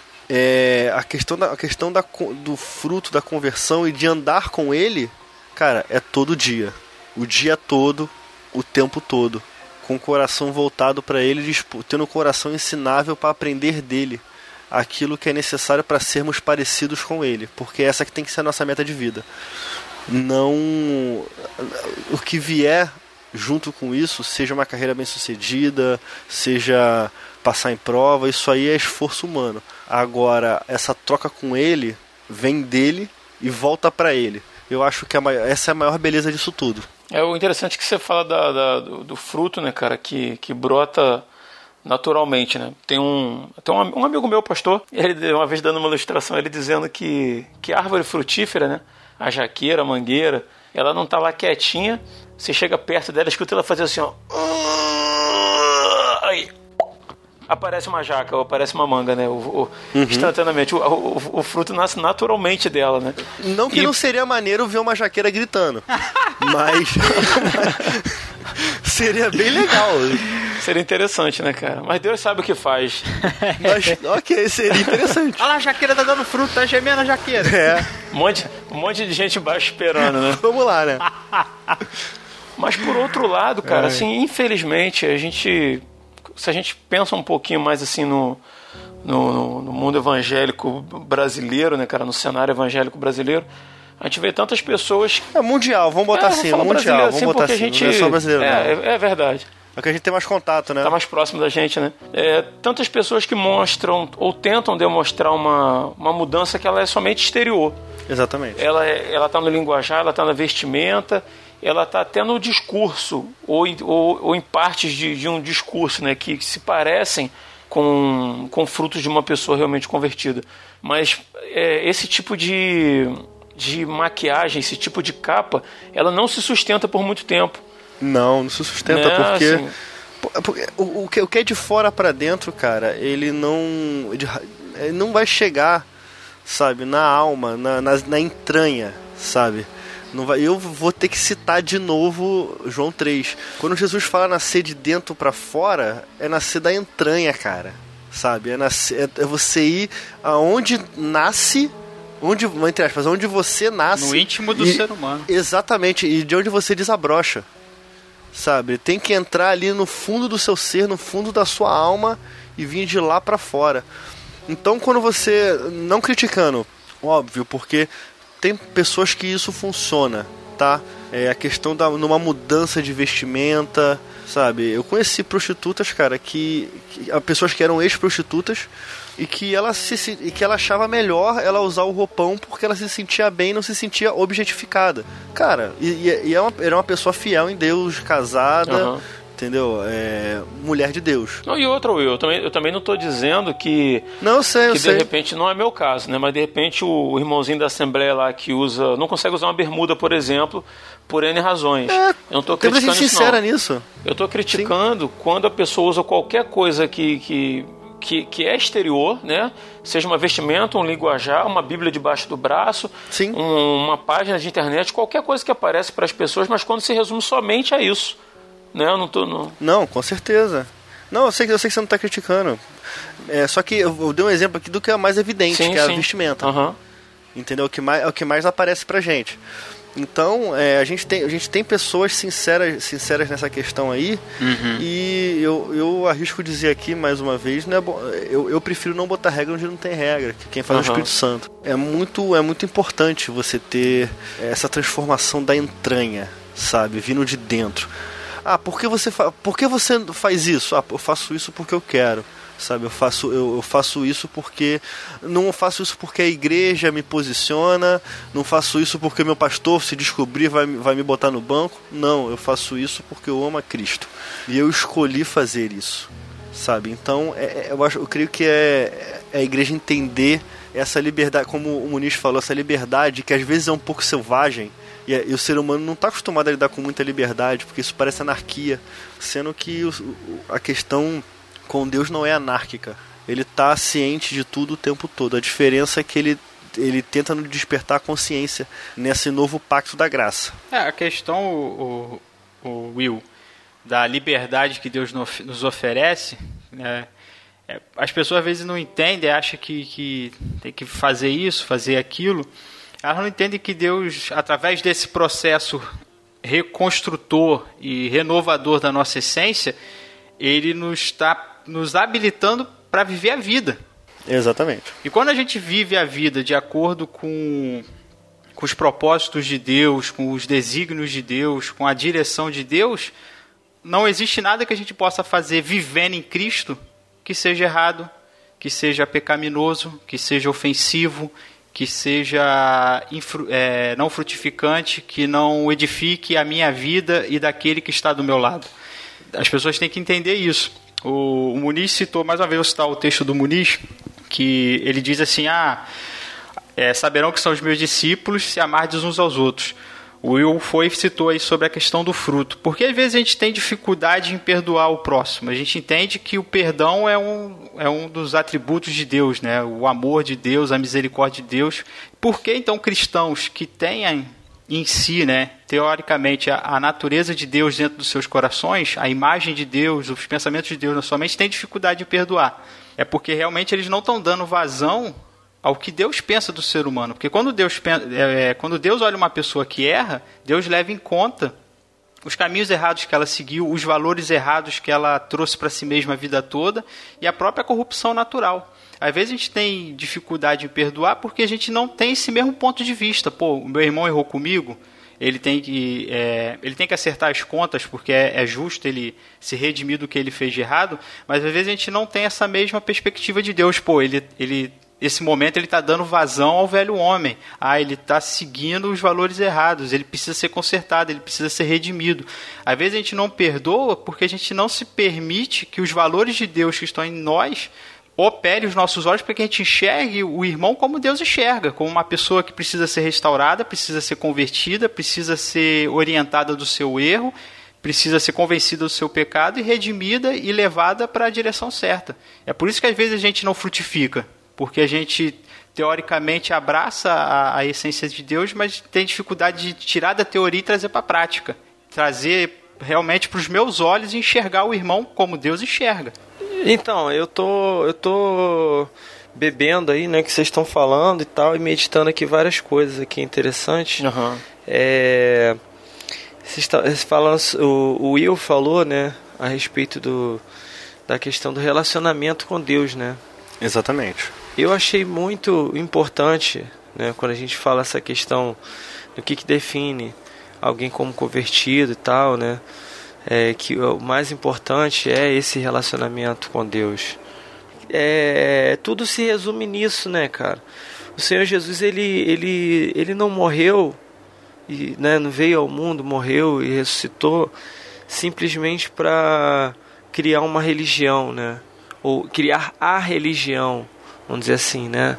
[SPEAKER 6] A questão do fruto da conversão e de andar com ele, cara, é todo dia. O dia todo, o tempo todo. Com o coração voltado para ele, tendo o coração ensinável para aprender dele aquilo que é necessário para sermos parecidos com ele, porque essa que tem que ser a nossa meta de vida. Não o que vier junto com isso, seja uma carreira bem sucedida, seja passar em prova, isso aí é esforço humano. Agora, essa troca com ele vem dele e volta para ele. Eu acho que essa é a maior beleza disso tudo.
[SPEAKER 3] O interessante é que você fala do fruto, né, cara, que brota naturalmente, né? Tem um amigo meu, pastor, ele uma vez dando uma ilustração, ele dizendo que a árvore frutífera, né, a jaqueira, a mangueira, ela não tá lá quietinha, você chega perto dela, escuta ela fazer assim, ó, aí aparece uma jaca ou aparece uma manga, né? Instantaneamente. O fruto nasce naturalmente dela, né?
[SPEAKER 6] Não que não seria maneiro ver uma jaqueira gritando. Mas seria bem legal.
[SPEAKER 3] Seria interessante, né, cara? Mas Deus sabe o que faz.
[SPEAKER 6] Mas, ok, seria interessante.
[SPEAKER 5] Olha lá, a jaqueira tá dando fruto, tá gemendo a jaqueira.
[SPEAKER 3] Um monte de gente embaixo esperando, né?
[SPEAKER 6] Vamos lá, né?
[SPEAKER 3] Mas por outro lado, cara, assim, infelizmente, se a gente pensa um pouquinho mais assim no mundo evangélico brasileiro, né, cara, no cenário evangélico brasileiro, a gente vê tantas pessoas...
[SPEAKER 6] mundial, vamos botar assim, mundial, vamos botar assim, não é só brasileiro, não.
[SPEAKER 3] É verdade.
[SPEAKER 6] É que a gente tem mais contato, né?
[SPEAKER 3] Tá mais próximo da gente, né? Tantas pessoas que mostram ou tentam demonstrar uma mudança que ela é somente exterior.
[SPEAKER 6] Exatamente.
[SPEAKER 3] Ela tá no linguajar, ela tá na vestimenta, ela está até no discurso ou em partes de um discurso, né, que se parecem com frutos de uma pessoa realmente convertida. Mas esse tipo de maquiagem, esse tipo de capa, ela não se sustenta por muito tempo.
[SPEAKER 6] Não se sustenta,
[SPEAKER 3] né?
[SPEAKER 6] porque...
[SPEAKER 3] Assim,
[SPEAKER 6] o que é de fora para dentro, cara, ele não vai chegar, sabe, na alma, na entranha, sabe? Eu vou ter que citar de novo João 3. Quando Jesus fala nascer de dentro para fora, é nascer da entranha, cara. Sabe? É você ir aonde nasce, entre aspas, onde você nasce.
[SPEAKER 5] No íntimo do ser humano.
[SPEAKER 6] Exatamente, e de onde você desabrocha. Sabe? Tem que entrar ali no fundo do seu ser, no fundo da sua alma e vir de lá para fora. Então, quando você... Não criticando, óbvio, porque... Tem pessoas que isso funciona, tá? a questão numa mudança de vestimenta, sabe? Eu conheci prostitutas, cara, que pessoas que eram ex-prostitutas e que ela achava melhor ela usar o roupão porque ela se sentia bem, não se sentia objetificada. Cara, era uma pessoa fiel em Deus, casada, entendeu? Mulher de Deus.
[SPEAKER 3] Não, e outra, Will, eu também não estou dizendo que...
[SPEAKER 6] Não, eu sei.
[SPEAKER 3] De repente, não é meu caso, né? Mas de repente o irmãozinho da Assembleia lá que não consegue usar uma bermuda, por exemplo, por N razões. Eu não estou criticando isso,
[SPEAKER 6] sincera nisso.
[SPEAKER 3] Eu estou criticando quando a pessoa usa qualquer coisa que é exterior, né? Seja uma vestimenta, um linguajar, uma bíblia debaixo do braço, uma página de internet, qualquer coisa que aparece para as pessoas, mas quando se resume somente a isso. Né?
[SPEAKER 6] Não, com certeza. Não, eu sei que você não está criticando. Só que eu dei um exemplo aqui do que é mais evidente, que é a vestimenta. Entendeu? É o que mais aparece pra gente. Então, a gente tem pessoas sinceras nessa questão aí. E eu arrisco dizer aqui, mais uma vez, né, eu prefiro não botar regra onde não tem regra, que quem faz é o Espírito Santo. É muito importante você ter essa transformação da entranha, sabe? Vindo de dentro. Por que você faz isso? Eu faço isso porque eu quero, sabe? Eu faço isso porque... Não faço isso porque a igreja me posiciona, não faço isso porque meu pastor, se descobrir, vai me botar no banco. Não, eu faço isso porque eu amo a Cristo. E eu escolhi fazer isso, sabe? Então, eu creio que é a igreja entender essa liberdade, como o Muniz falou, essa liberdade que às vezes é um pouco selvagem. E o ser humano não está acostumado a lidar com muita liberdade, porque isso parece anarquia, sendo que a questão com Deus não é anárquica. Ele está ciente de tudo o tempo todo. A diferença é que ele tenta nos despertar a consciência nesse novo pacto da graça.
[SPEAKER 5] A questão, o Will, da liberdade que Deus nos oferece, né? As pessoas às vezes não entendem, acham que tem que fazer isso, fazer aquilo. Elas não entendem que Deus, através desse processo reconstrutor e renovador da nossa essência, Ele nos está nos habilitando para viver a vida.
[SPEAKER 6] Exatamente.
[SPEAKER 5] E quando a gente vive a vida de acordo com os propósitos de Deus, com os desígnios de Deus, com a direção de Deus, não existe nada que a gente possa fazer vivendo em Cristo que seja errado, que seja pecaminoso, que seja ofensivo, que seja não frutificante, que não edifique a minha vida e daquele que está do meu lado. As pessoas têm que entender isso. O Muniz citou, mais uma vez vou citar o texto do Muniz, que ele diz assim, saberão que são os meus discípulos se amardes uns aos outros. O Will citou aí sobre a questão do fruto. Porque às vezes a gente tem dificuldade em perdoar o próximo. A gente entende que o perdão é um dos atributos de Deus, né? O amor de Deus, a misericórdia de Deus. Por que então cristãos que tenham em si, né, teoricamente, a natureza de Deus dentro dos seus corações, a imagem de Deus, os pensamentos de Deus na sua mente, têm dificuldade de perdoar? É porque realmente eles não estão dando vazão ao que Deus pensa do ser humano. Porque quando Deus olha uma pessoa que erra, Deus leva em conta os caminhos errados que ela seguiu, os valores errados que ela trouxe para si mesma a vida toda e a própria corrupção natural. Às vezes a gente tem dificuldade em perdoar porque a gente não tem esse mesmo ponto de vista. O meu irmão errou comigo, ele tem que acertar as contas porque é justo ele se redimir do que ele fez de errado, mas às vezes a gente não tem essa mesma perspectiva de Deus. Esse momento ele está dando vazão ao velho homem. Ele está seguindo os valores errados. Ele precisa ser consertado, ele precisa ser redimido. Às vezes a gente não perdoa porque a gente não se permite que os valores de Deus que estão em nós opere os nossos olhos para que a gente enxergue o irmão como Deus enxerga, como uma pessoa que precisa ser restaurada, precisa ser convertida, precisa ser orientada do seu erro, precisa ser convencida do seu pecado e redimida e levada para a direção certa. É por isso que às vezes a gente não frutifica, porque a gente teoricamente abraça a essência de Deus, mas tem dificuldade de tirar da teoria e trazer para a prática. Trazer realmente para os meus olhos e enxergar o irmão como Deus enxerga.
[SPEAKER 4] Então, eu tô bebendo aí, né, que vocês estão falando e tal, e meditando aqui várias coisas aqui interessantes. Vocês falando, o Will falou, né, a respeito da questão do relacionamento com Deus, né?
[SPEAKER 6] Exatamente.
[SPEAKER 4] Eu achei muito importante, né, quando a gente fala essa questão do que define alguém como convertido e tal, né? Que o mais importante é esse relacionamento com Deus. Tudo se resume nisso, né, cara? O Senhor Jesus, ele não morreu, né, não veio ao mundo, morreu e ressuscitou simplesmente para criar uma religião, né? Ou criar a religião, vamos dizer assim, né?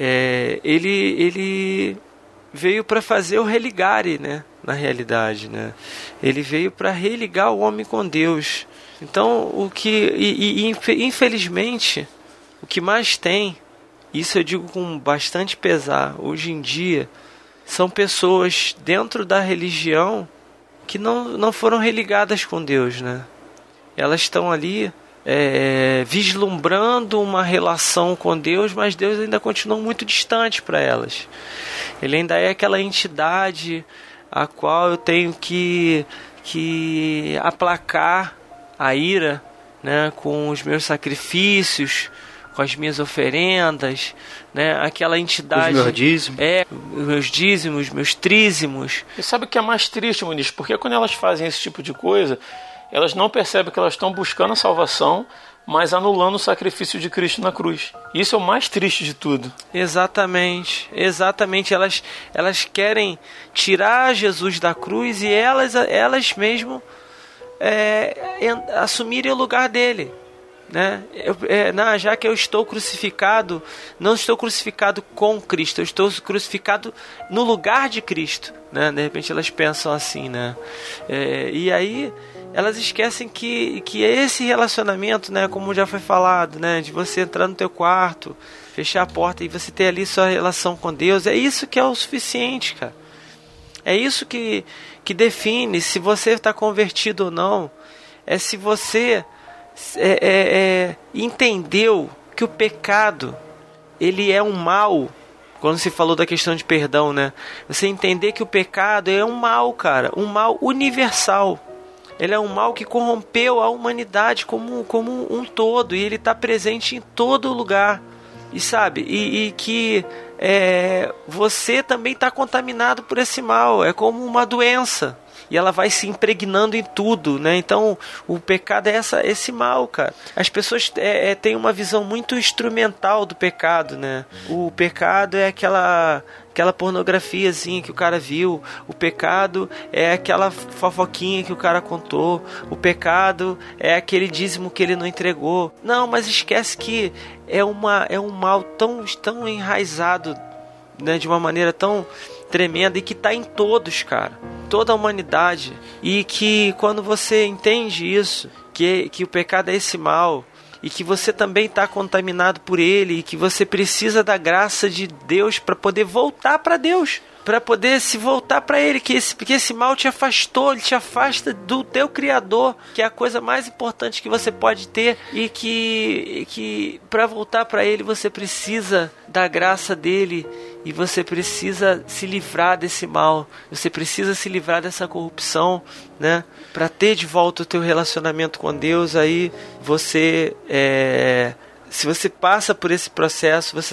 [SPEAKER 4] Ele veio para fazer o religare, né? Na realidade, né? Ele veio para religar o homem com Deus. Então, infelizmente, o que mais tem, isso eu digo com bastante pesar, hoje em dia, são pessoas dentro da religião que não foram religadas com Deus, né? Elas estão ali vislumbrando uma relação com Deus, mas Deus ainda continua muito distante para elas. Ele ainda é aquela entidade a qual eu tenho que aplacar a ira, né, com os meus sacrifícios, com as minhas oferendas, né, aquela entidade...
[SPEAKER 5] Os meus dízimos.
[SPEAKER 4] Os meus dízimos, meus trízimos.
[SPEAKER 3] E sabe o que é mais triste, Muniz? Porque quando elas fazem esse tipo de coisa, elas não percebem que elas estão buscando a salvação, mas anulando o sacrifício de Cristo na cruz. Isso é o mais triste de tudo.
[SPEAKER 4] Exatamente. Elas querem tirar Jesus da cruz e elas mesmo assumirem o lugar dele, né? Já que eu estou crucificado, não estou crucificado com Cristo, eu estou crucificado no lugar de Cristo, né? De repente elas pensam assim, né? E aí elas esquecem que esse relacionamento, né, como já foi falado, né, de você entrar no teu quarto, fechar a porta e você ter ali sua relação com Deus, é isso que é o suficiente, cara. É isso que define se você está convertido ou não. É se você entendeu que o pecado, ele é um mal. Quando se falou da questão de perdão, né? Você entender que o pecado é um mal, cara, um mal universal. Ele é um mal que corrompeu a humanidade como um todo. E ele está presente em todo lugar. E sabe? E que você também está contaminado por esse mal. É como uma doença. E ela vai se impregnando em tudo, né? Então, o pecado é esse mal, cara. As pessoas têm uma visão muito instrumental do pecado, né? O pecado é aquela pornografiazinha que o cara viu. O pecado é aquela fofoquinha que o cara contou. O pecado é aquele dízimo que ele não entregou. Não, mas esquece que é um mal tão enraizado, né? De uma maneira tão tremenda e que está em todos, cara. Toda a humanidade. E que quando você entende isso, que o pecado é esse mal, e que você também está contaminado por ele, e que você precisa da graça de Deus para poder voltar para Deus, para poder se voltar para ele, que esse mal te afastou, ele te afasta do teu Criador, que é a coisa mais importante que você pode ter, e que para voltar para ele você precisa da graça dele, e você precisa se livrar desse mal, você precisa se livrar dessa corrupção, né? Para ter de volta o teu relacionamento com Deus. Aí você, se você passa por esse processo, você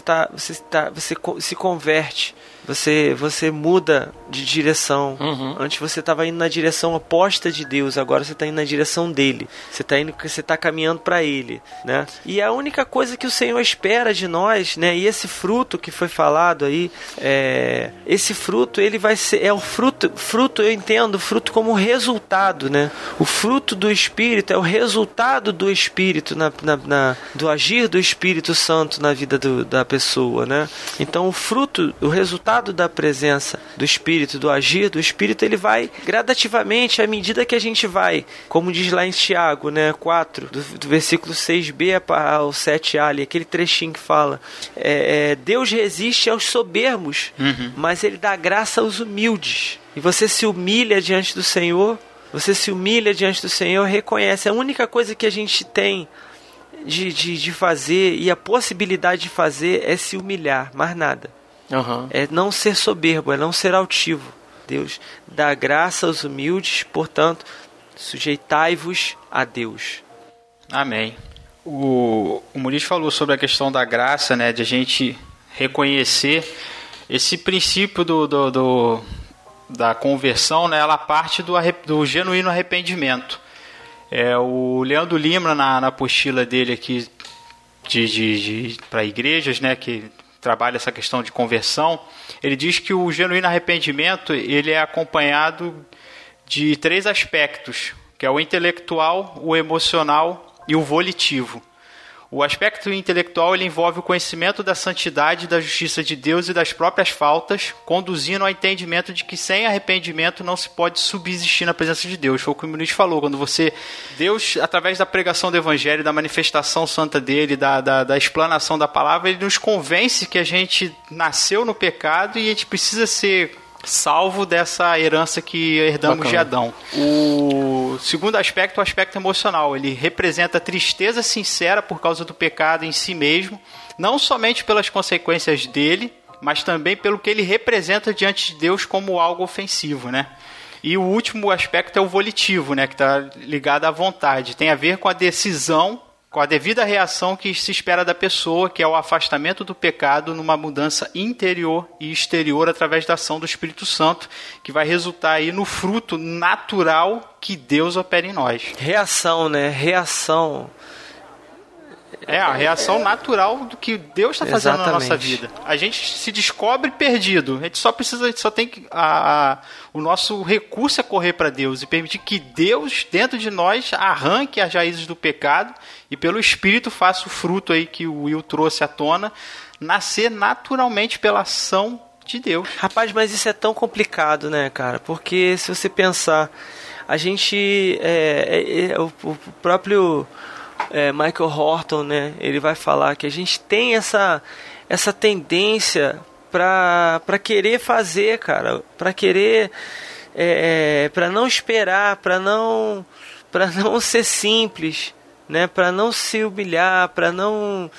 [SPEAKER 4] se converte. Você muda de direção.
[SPEAKER 3] Uhum.
[SPEAKER 4] Antes você estava indo na direção oposta de Deus, agora você está indo na direção dele. Você está caminhando para ele, né? E a única coisa que o Senhor espera de nós, né? E esse fruto que foi falado aí, esse fruto, ele vai ser o fruto, eu entendo, o fruto como resultado, né? O fruto do Espírito é o resultado do Espírito do agir do Espírito Santo na vida da pessoa, né? Então o resultado da presença do Espírito, do agir do Espírito, ele vai gradativamente, à medida que a gente vai, como diz lá em Tiago, né, 4, do versículo 6b ao 7a, ali, aquele trechinho que fala, Deus resiste aos soberbos, mas ele dá graça aos humildes. E você se humilha diante do Senhor, reconhece, a única coisa que a gente tem de fazer, e a possibilidade de fazer, é se humilhar, mais nada.
[SPEAKER 3] Uhum.
[SPEAKER 4] É não ser soberbo, é não ser altivo. Deus dá graça aos humildes, portanto, sujeitai-vos a Deus.
[SPEAKER 5] Amém. O Muniz falou sobre a questão da graça, né, de a gente reconhecer esse princípio da conversão, né, ela parte do genuíno arrependimento. O Leandro Lima, na apostila dele aqui para igrejas, né, que trabalha essa questão de conversão, ele diz que o genuíno arrependimento ele é acompanhado de 3 aspectos, que é o intelectual, o emocional e o volitivo. O aspecto intelectual ele envolve o conhecimento da santidade e da justiça de Deus e das próprias faltas, conduzindo ao entendimento de que sem arrependimento não se pode subsistir na presença de Deus. Foi o que o Muniz falou, quando Deus, através da pregação do Evangelho, da manifestação santa dele, da explanação da palavra, ele nos convence que a gente nasceu no pecado e a gente precisa ser salvo dessa herança que herdamos de Adão. O segundo aspecto é o aspecto emocional. Ele representa a tristeza sincera por causa do pecado em si mesmo, não somente pelas consequências dele, mas também pelo que ele representa diante de Deus como algo ofensivo, né? E o último aspecto é o volitivo, né, que está ligado à vontade. Tem a ver com a decisão, com a devida reação que se espera da pessoa, que é o afastamento do pecado numa mudança interior e exterior através da ação do Espírito Santo, que vai resultar aí no fruto natural que Deus opera em nós.
[SPEAKER 4] Reação, né? Reação.
[SPEAKER 5] A reação natural do que Deus está fazendo
[SPEAKER 4] Exatamente.
[SPEAKER 5] na nossa vida. A gente se descobre perdido. A gente só tem que... o nosso recurso é correr para Deus e permitir que Deus, dentro de nós, arranque as raízes do pecado e pelo Espírito faça o fruto aí que o Will trouxe à tona, nascer naturalmente pela ação de Deus.
[SPEAKER 4] Rapaz, mas isso é tão complicado, né, cara? Porque se você pensar, a gente... o próprio... Michael Horton, né? Ele vai falar que a gente tem essa tendência para querer fazer, cara, para querer, para não esperar, para não ser simples, né? Para não se humilhar, para não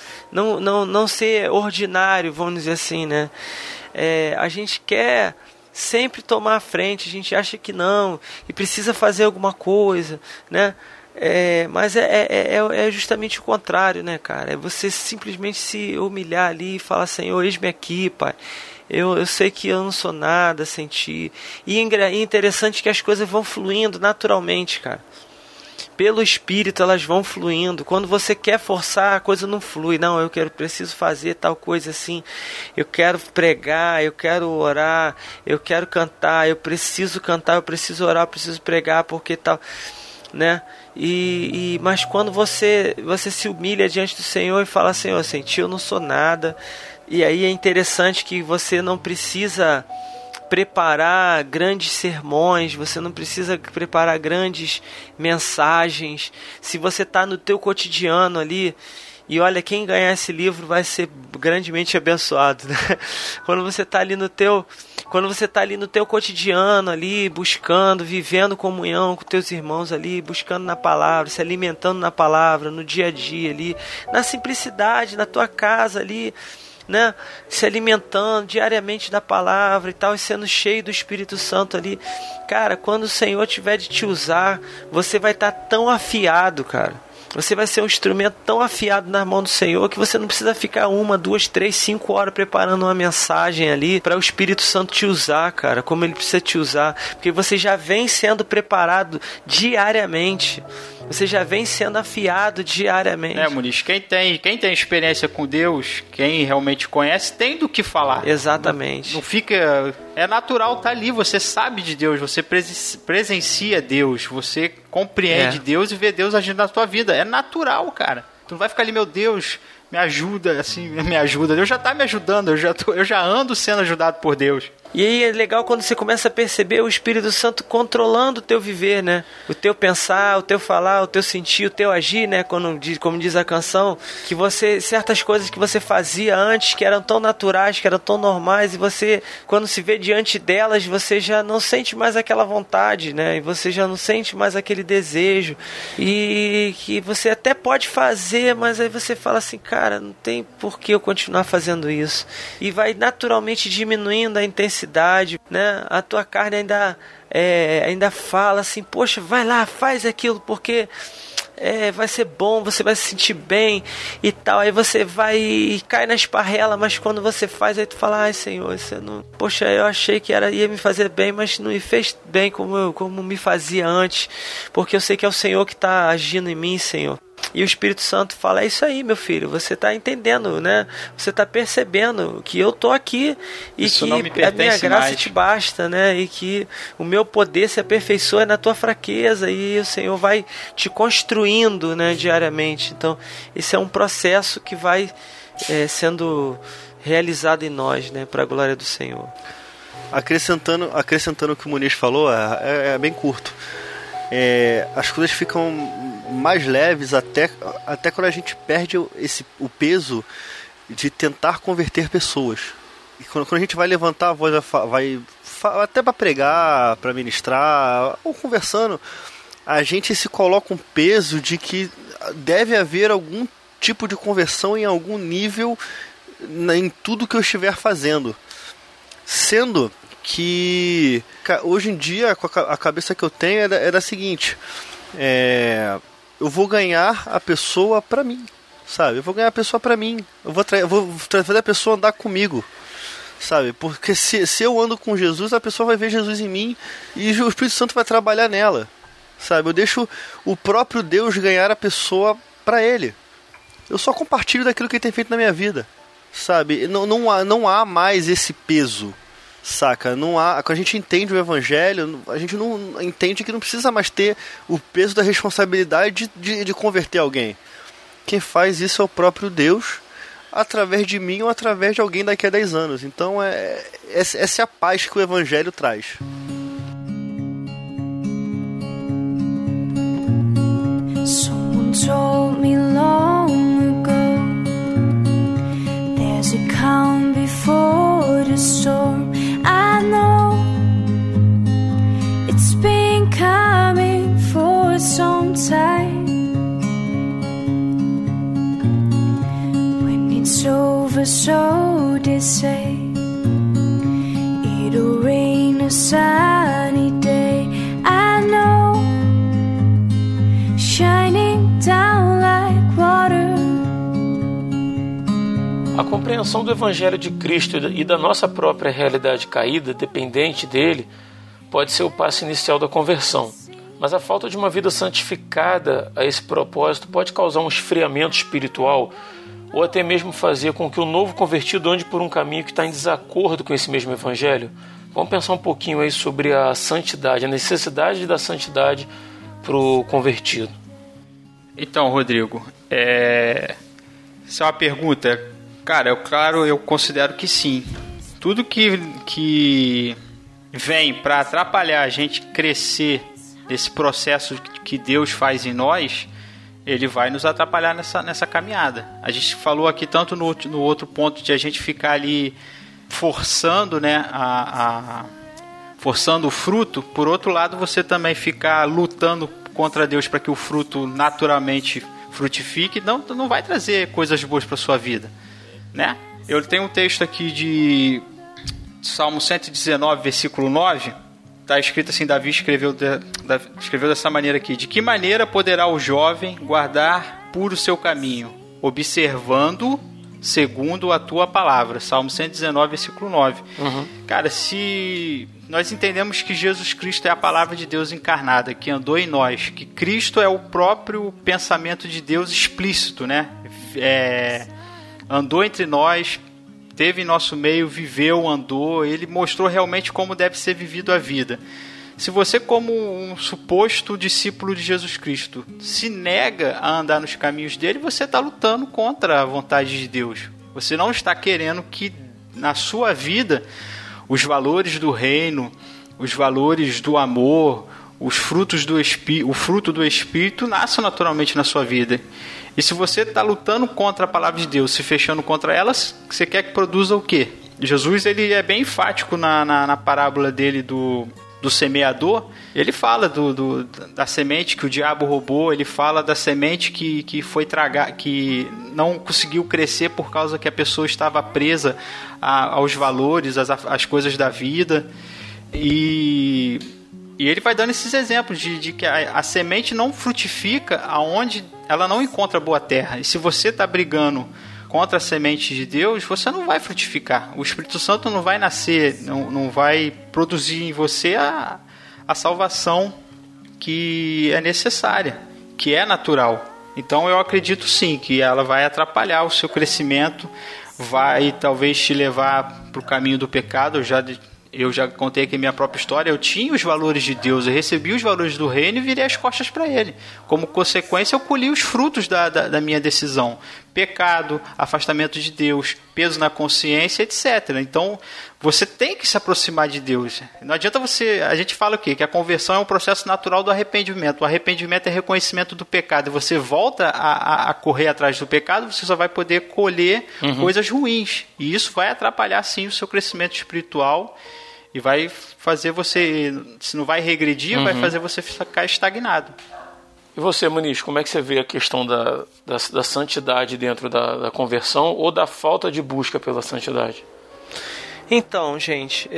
[SPEAKER 4] ser ordinário, vamos dizer assim, né? A gente quer sempre tomar a frente, a gente acha que não e precisa fazer alguma coisa, né? Mas é justamente o contrário, né, cara? É você simplesmente se humilhar ali e falar: Senhor, eis-me aqui, Pai. Eu sei que eu não sou nada sem Ti. E é interessante que as coisas vão fluindo naturalmente, cara. Pelo Espírito elas vão fluindo. Quando você quer forçar, a coisa não flui. Não, preciso fazer tal coisa assim. Eu quero pregar, eu quero orar, eu quero cantar, eu preciso orar, eu preciso pregar, porque tal, né? Mas quando você se humilha diante do Senhor e fala: Senhor, sem Ti eu não sou nada. E aí é interessante que você não precisa preparar grandes sermões, você não precisa preparar grandes mensagens. Se você está no teu cotidiano ali, e olha, quem ganhar esse livro vai ser grandemente abençoado, né? Quando você está ali no teu cotidiano ali, buscando, vivendo comunhão com teus irmãos ali, buscando na palavra, se alimentando na palavra, no dia a dia ali, na simplicidade, na tua casa ali, né? Se alimentando diariamente da palavra e tal, e sendo cheio do Espírito Santo ali. Cara, quando o Senhor tiver de te usar, você vai estar tão afiado, cara. Você vai ser um instrumento tão afiado na mão do Senhor que você não precisa ficar 1, 2, 3, 5 horas preparando uma mensagem ali para o Espírito Santo te usar, cara, como ele precisa te usar, porque você já vem sendo preparado diariamente. Você já vem sendo afiado diariamente.
[SPEAKER 5] Muniz, quem tem experiência com Deus, quem realmente conhece, tem do que falar.
[SPEAKER 4] Exatamente.
[SPEAKER 5] Não fica... É natural estar ali, você sabe de Deus, você presencia Deus, você compreende Deus e vê Deus agindo na tua vida. É natural, cara. Tu não vai ficar ali: meu Deus, me ajuda, assim, me ajuda. Deus já está me ajudando, eu já ando sendo ajudado por Deus.
[SPEAKER 4] E aí é legal quando você começa a perceber o Espírito Santo controlando o teu viver, né? O teu pensar, o teu falar, o teu sentir, o teu agir, né? Como diz a canção, que certas coisas que você fazia antes, que eram tão naturais, que eram tão normais, e você, quando se vê diante delas, você já não sente mais aquela vontade, né? E você já não sente mais aquele desejo. E que você até pode fazer, mas aí você fala assim: cara, não tem por que eu continuar fazendo isso. E vai naturalmente diminuindo a intensidade, né? A tua carne ainda fala assim: poxa, vai lá, faz aquilo, porque vai ser bom, você vai se sentir bem e tal. Aí você vai e cai na esparrela, mas quando você faz, aí tu fala, ai Senhor, você não... Poxa, eu achei que ia me fazer bem, mas não me fez bem como me fazia antes, porque eu sei que é o Senhor que está agindo em mim, Senhor. E o Espírito Santo fala, é isso aí, meu filho, você está entendendo, né? Você está percebendo que eu tô aqui e
[SPEAKER 5] isso
[SPEAKER 4] que
[SPEAKER 5] não me
[SPEAKER 4] a minha graça
[SPEAKER 5] mais.
[SPEAKER 4] te basta, né? E que o meu poder se aperfeiçoa na tua fraqueza, e o Senhor vai te construindo, né, diariamente. Então, esse é um processo que vai sendo realizado em nós, né, para a glória do Senhor.
[SPEAKER 6] Acrescentando o que o Muniz falou, é bem curto. As coisas ficam mais leves até quando a gente perde o peso de tentar converter pessoas. E quando a gente vai levantar a voz, até para pregar, para ministrar, ou conversando, a gente se coloca um peso de que deve haver algum tipo de conversão em algum nível em tudo que eu estiver fazendo. Sendo que hoje em dia a cabeça que eu tenho é da seguinte: eu vou ganhar a pessoa pra mim, sabe? Eu vou ganhar a pessoa pra mim, eu vou fazer a pessoa andar comigo, sabe? Porque se eu ando com Jesus, a pessoa vai ver Jesus em mim e o Espírito Santo vai trabalhar nela, sabe? Eu deixo o próprio Deus ganhar a pessoa pra Ele. Eu só compartilho daquilo que Ele tem feito na minha vida, sabe? Não há mais esse peso, saca? Quando a gente entende o Evangelho, a gente não entende que não precisa mais ter o peso da responsabilidade de converter alguém. Quem faz isso é o próprio Deus, através de mim ou através de alguém daqui a 10 anos. Então essa é a paz que o Evangelho traz.
[SPEAKER 7] Someone told me long ago, there's a calm before the storm. I know it's been coming for some time. When it's over, so they say, it'll rain a sunny day. I know, shining down like water.
[SPEAKER 3] A compreensão do Evangelho de Cristo e da nossa própria realidade caída, dependente dele, pode ser o passo inicial da conversão. Mas a falta de uma vida santificada a esse propósito pode causar um esfriamento espiritual ou até mesmo fazer com que o novo convertido ande por um caminho que está em desacordo com esse mesmo Evangelho. Vamos pensar um pouquinho aí sobre a santidade, a necessidade da santidade para o convertido.
[SPEAKER 5] Então, Rodrigo, essa é uma pergunta. Cara, eu considero que sim. Tudo que vem para atrapalhar a gente crescer nesse processo que Deus faz em nós, ele vai nos atrapalhar nessa caminhada. A gente falou aqui tanto no outro ponto de a gente ficar ali forçando, né, forçando o fruto. Por outro lado, você também ficar lutando contra Deus para que o fruto naturalmente frutifique, não vai trazer coisas boas para sua vida, né? Eu tenho um texto aqui de Salmo 119, versículo 9. Está escrito assim: Davi escreveu dessa maneira aqui: de que maneira poderá o jovem guardar puro seu caminho, observando segundo a tua palavra? Salmo 119, versículo 9. Cara, se nós entendemos que Jesus Cristo é a palavra de Deus encarnada, que andou em nós, que Cristo é o próprio pensamento de Deus explícito, né? Andou entre nós, esteve em nosso meio, viveu, andou, ele mostrou realmente como deve ser vivido a vida. Se você, como um suposto discípulo de Jesus Cristo, se nega a andar nos caminhos dele, você está lutando contra a vontade de Deus. Você não está querendo que na sua vida os valores do reino, os valores do amor, os frutos o fruto do Espírito nasçam naturalmente na sua vida. E se você está lutando contra a palavra de Deus, se fechando contra elas, você quer que produza o quê? Jesus, ele é bem enfático na parábola dele do semeador. Ele fala da semente que o diabo roubou, ele fala da semente que foi tragar, que não conseguiu crescer por causa que a pessoa estava presa aos valores, às coisas da vida. E E ele vai dando esses exemplos de que a semente não frutifica aonde ela não encontra boa terra. E se você está brigando contra a semente de Deus, você não vai frutificar. O Espírito Santo não vai nascer, não vai produzir em você a salvação que é necessária, que é natural. Então eu acredito sim que ela vai atrapalhar o seu crescimento, vai talvez te levar para o caminho do pecado. Eu já contei aqui minha própria história. Eu tinha os valores de Deus, eu recebi os valores do reino e virei as costas para ele. Como consequência, eu colhi os frutos da minha decisão. Pecado, afastamento de Deus, peso na consciência, etc. Então, você tem que se aproximar de Deus. Não adianta você... A gente fala o quê? Que a conversão é um processo natural do arrependimento. O arrependimento é reconhecimento do pecado. E você volta a correr atrás do pecado, você só vai poder colher coisas ruins. E isso vai atrapalhar, sim, o seu crescimento espiritual e vai fazer você... Se não vai regredir, vai fazer você ficar estagnado.
[SPEAKER 3] E você, Muniz, como é que você vê a questão da santidade dentro da conversão ou da falta de busca pela santidade?
[SPEAKER 4] Então, gente,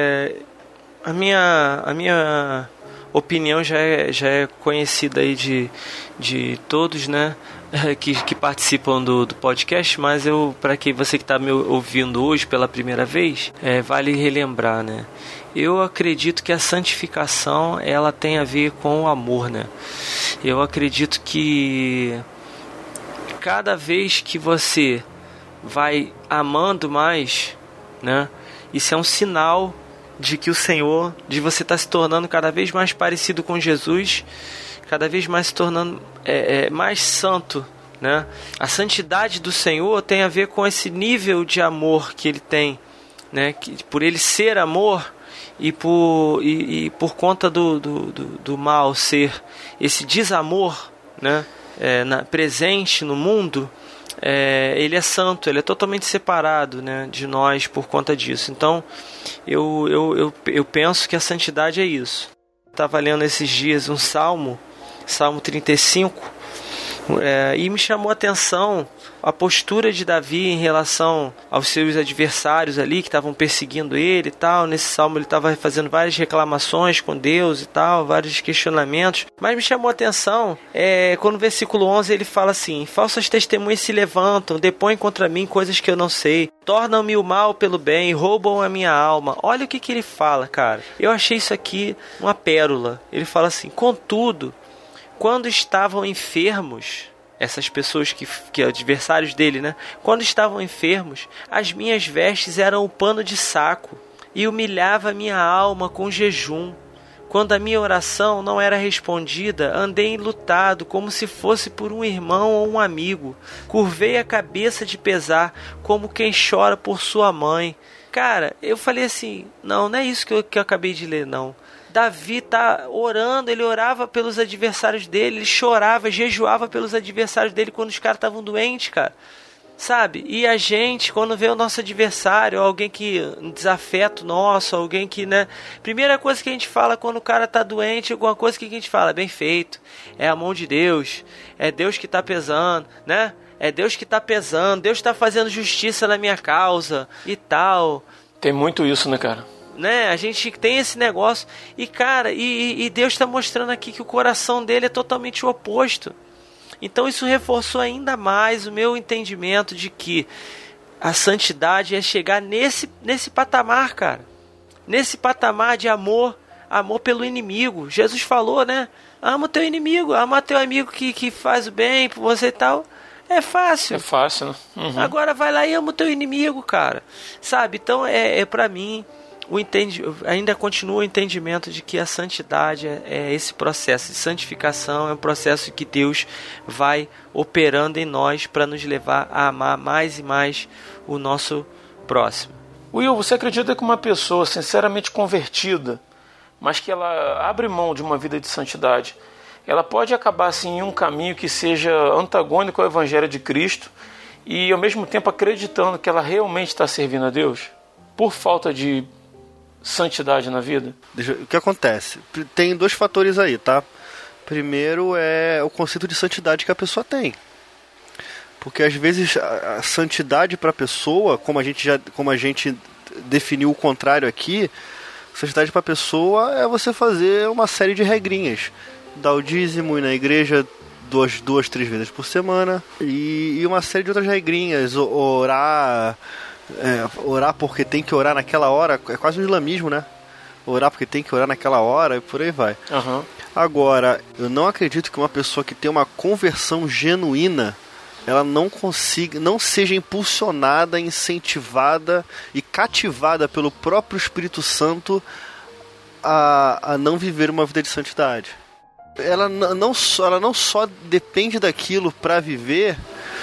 [SPEAKER 4] a minha opinião já é conhecida aí de todos, né, que participam do podcast, mas para você que está me ouvindo hoje pela primeira vez, vale relembrar, né? Eu acredito que a santificação ela tem a ver com o amor, né? Eu acredito que cada vez que você vai amando mais, né? Isso é um sinal de que de você está se tornando cada vez mais parecido com Jesus, cada vez mais se tornando mais santo, né? A santidade do Senhor tem a ver com esse nível de amor que Ele tem, né? Que, por Ele ser amor e por conta do mal ser esse desamor, né? Presente no mundo, Ele é santo, Ele é totalmente separado, né, de nós por conta disso. Então eu penso que a santidade é isso. Estava lendo esses dias um Salmo 35, e me chamou a atenção a postura de Davi em relação aos seus adversários ali que estavam perseguindo ele e tal. Nesse salmo ele estava fazendo várias reclamações com Deus e tal, vários questionamentos, mas me chamou a atenção quando no versículo 11 ele fala assim: falsas testemunhas se levantam, depõem contra mim coisas que eu não sei, tornam-me o mal pelo bem, roubam a minha alma. Olha o que ele fala, cara. Eu achei isso aqui uma pérola. Ele fala assim: contudo, quando estavam enfermos, essas pessoas que adversários dele, né? Quando estavam enfermos, as minhas vestes eram um pano de saco e humilhava a minha alma com jejum. Quando a minha oração não era respondida, andei enlutado como se fosse por um irmão ou um amigo. Curvei a cabeça de pesar como quem chora por sua mãe. Cara, eu falei assim, não é isso que eu acabei de ler, não. Davi está orando, ele orava pelos adversários dele, ele chorava, jejuava pelos adversários dele quando os caras estavam doentes, cara. Sabe? E a gente, quando vê o nosso adversário, alguém que um desafeto nosso, alguém que, né? Primeira coisa que a gente fala quando o cara tá doente, alguma coisa que a gente fala, bem feito, é a mão de Deus, é Deus que tá pesando, né? É Deus que tá pesando, Deus tá fazendo justiça na minha causa e tal.
[SPEAKER 3] Tem muito isso, né, cara?
[SPEAKER 4] Né? A gente tem esse negócio e, cara, e Deus está mostrando aqui que o coração dele é totalmente o oposto. Então isso reforçou ainda mais o meu entendimento de que a santidade é chegar nesse patamar, cara. Nesse patamar de amor pelo inimigo. Jesus falou, né? Ama o teu inimigo, ama teu amigo que faz o bem por você e tal. É fácil.
[SPEAKER 3] É fácil, né? Uhum.
[SPEAKER 4] Agora vai lá e ama o teu inimigo, cara. Sabe? Então pra mim, ainda continua o entendimento de que a santidade é esse processo de santificação, é um processo que Deus vai operando em nós para nos levar a amar mais e mais o nosso próximo.
[SPEAKER 3] Will, você acredita que uma pessoa sinceramente convertida, mas que ela abre mão de uma vida de santidade, ela pode acabar assim, em um caminho que seja antagônico ao Evangelho de Cristo e ao mesmo tempo acreditando que ela realmente está servindo a Deus por falta de santidade na vida?
[SPEAKER 6] O que acontece? Tem dois fatores aí, tá? Primeiro é o conceito de santidade que a pessoa tem. Porque às vezes a santidade para a pessoa, como a gente definiu o contrário aqui, Santidade para a pessoa é você fazer uma série de regrinhas. Dar o dízimo, ir na igreja 2-3 vezes por semana. E uma série de outras regrinhas. Orar porque tem que orar naquela hora. É quase um islamismo, né? Orar porque tem que orar naquela hora e por aí vai.
[SPEAKER 3] Uhum.
[SPEAKER 6] Agora, eu não acredito que uma pessoa que tem uma conversão genuína, ela não seja impulsionada, incentivada e cativada pelo próprio Espírito Santo a não viver uma vida de santidade. Ela não só depende daquilo para viver,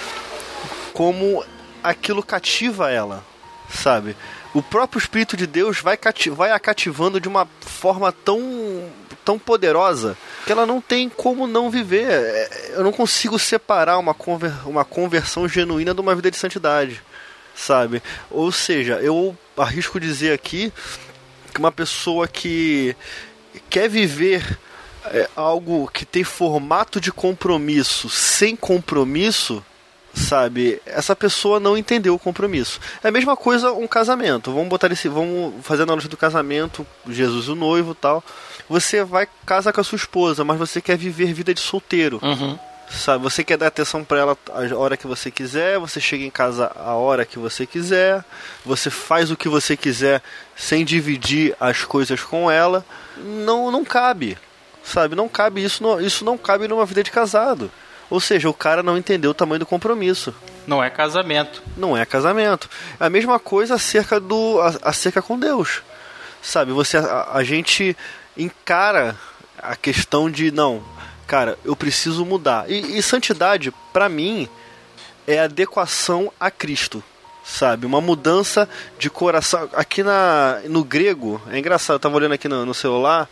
[SPEAKER 6] como aquilo cativa ela, sabe? O próprio Espírito de Deus vai a cativando de uma forma tão poderosa que ela não tem como não viver. Eu não consigo separar uma conversão genuína de uma vida de santidade, sabe? Ou seja, eu arrisco dizer aqui que uma pessoa que quer viver algo que tem formato de compromisso sem compromisso, sabe, essa pessoa não entendeu o compromisso. É a mesma coisa um casamento. Vamos fazer a analogia do casamento, Jesus o noivo e tal. Você vai casar com a sua esposa, mas você quer viver vida de solteiro.
[SPEAKER 3] Uhum.
[SPEAKER 6] Sabe, você quer dar atenção pra ela a hora que você quiser, você chega em casa a hora que você quiser, você faz o que você quiser sem dividir as coisas com ela. Não cabe, sabe? Não cabe isso não cabe numa vida de casado. Ou seja, o cara não entendeu o tamanho do compromisso.
[SPEAKER 5] Não é casamento.
[SPEAKER 6] Não é casamento. É a mesma coisa acerca com Deus. Sabe, a gente encara a questão de, não, cara, eu preciso mudar. E santidade, pra mim, é adequação a Cristo. Sabe, uma mudança de coração. Aqui no grego, é engraçado, eu tava olhando aqui no celular,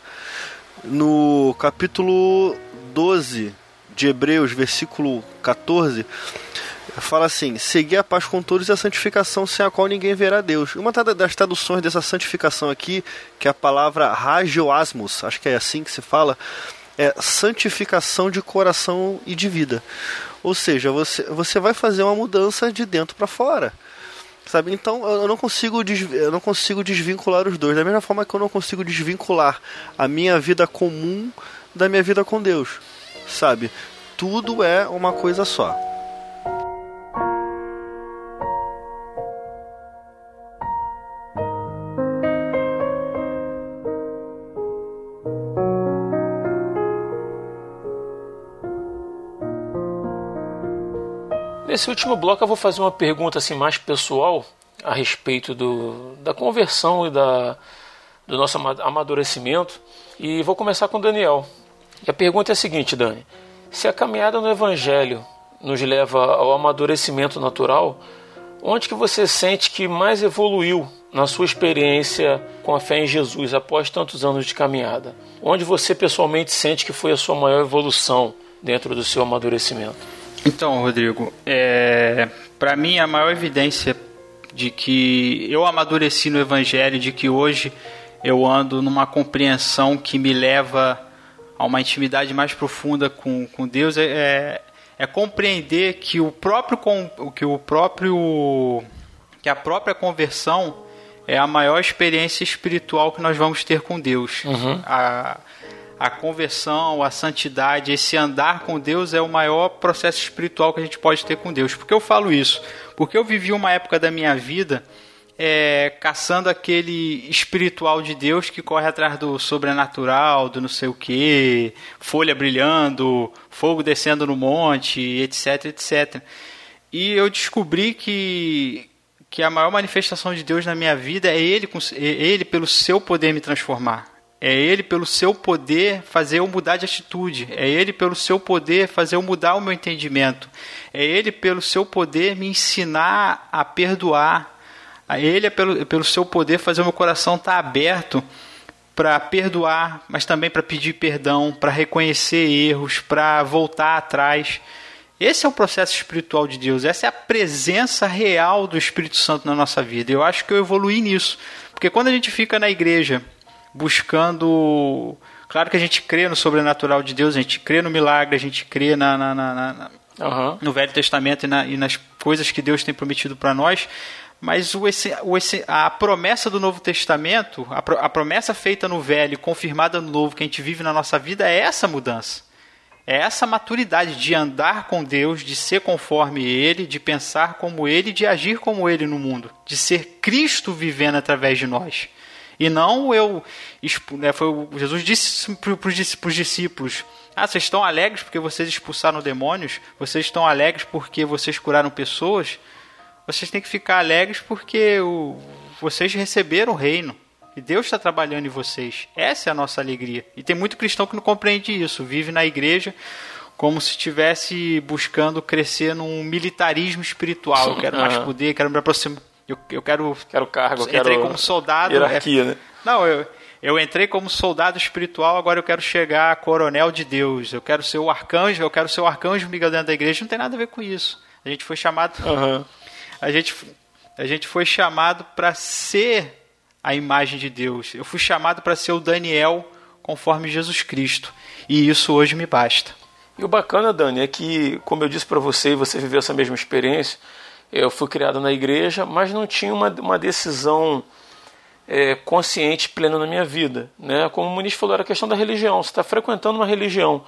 [SPEAKER 6] no capítulo 12 de Hebreus, versículo 14, fala assim: segui a paz com todos e a santificação, sem a qual ninguém verá Deus. Uma das traduções dessa santificação aqui, que é a palavra hagioasmos, acho que é assim que se fala, é santificação de coração e de vida. Ou seja, você vai fazer uma mudança de dentro para fora, sabe? Então eu não consigo desvincular os dois, da mesma forma que eu não consigo desvincular a minha vida comum da minha vida com Deus, sabe? Tudo é uma coisa só.
[SPEAKER 3] Nesse último bloco eu vou fazer uma pergunta assim mais pessoal a respeito da conversão e do nosso amadurecimento, e vou começar com o Daniel. E a pergunta é a seguinte, Dani: se a caminhada no Evangelho nos leva ao amadurecimento natural, onde que você sente que mais evoluiu na sua experiência com a fé em Jesus após tantos anos de caminhada? Onde você pessoalmente sente que foi a sua maior evolução dentro do seu amadurecimento?
[SPEAKER 5] Então, Rodrigo, para mim a maior evidência de que eu amadureci no Evangelho, de que hoje eu ando numa compreensão que me leva a uma intimidade mais profunda com Deus, é compreender que a própria conversão é a maior experiência espiritual que nós vamos ter com Deus.
[SPEAKER 3] Uhum.
[SPEAKER 5] A conversão, a santidade, esse andar com Deus é o maior processo espiritual que a gente pode ter com Deus. Por que eu falo isso? Porque eu vivi uma época da minha vida caçando aquele espiritual de Deus que corre atrás do sobrenatural, do não sei o que, folha brilhando, fogo descendo no monte, etc, etc. E eu descobri que a maior manifestação de Deus na minha vida é Ele pelo seu poder me transformar. É Ele pelo seu poder fazer eu mudar de atitude. É Ele pelo seu poder fazer eu mudar o meu entendimento. É Ele pelo seu poder me ensinar a perdoar. A Ele é pelo seu poder fazer o meu coração estar aberto para perdoar, mas também para pedir perdão, para reconhecer erros, para voltar atrás. Esse é o processo espiritual de Deus. Essa é a presença real do Espírito Santo na nossa vida. Eu acho que eu evoluí nisso. Porque quando a gente fica na igreja buscando... Claro que a gente crê no sobrenatural de Deus, a gente crê no milagre, a gente crê no Velho Testamento e nas coisas que Deus tem prometido para nós, Mas a promessa do Novo Testamento, a promessa feita no Velho e confirmada no Novo que a gente vive na nossa vida é essa mudança. É essa maturidade de andar com Deus, de ser conforme Ele, de pensar como Ele, de agir como Ele no mundo. De ser Cristo vivendo através de nós. E não Jesus disse para os discípulos: vocês estão alegres porque vocês expulsaram demônios? Vocês estão alegres porque vocês curaram pessoas? Vocês têm que ficar alegres porque vocês receberam o reino. E Deus está trabalhando em vocês. Essa é a nossa alegria. E tem muito cristão que não compreende isso. Vive na igreja como se estivesse buscando crescer num militarismo espiritual. Eu quero mais poder, quero me aproximar. Eu quero
[SPEAKER 3] cargo,
[SPEAKER 5] entrei como soldado.
[SPEAKER 3] Hierarquia, né?
[SPEAKER 5] Não, eu entrei como soldado espiritual, agora eu quero chegar a coronel de Deus. Eu quero ser o arcanjo, Miguel dentro da igreja. Não tem nada a ver com isso. A gente foi chamado... A gente foi chamado para ser a imagem de Deus. Eu fui chamado para ser o Daniel conforme Jesus Cristo. E isso hoje me basta.
[SPEAKER 3] E o bacana, Dani, é que, como eu disse para você, e você viveu essa mesma experiência, eu fui criado na igreja, mas não tinha uma decisão consciente, plena na minha vida. Né? Como o Muniz falou, era a questão da religião. Você está frequentando uma religião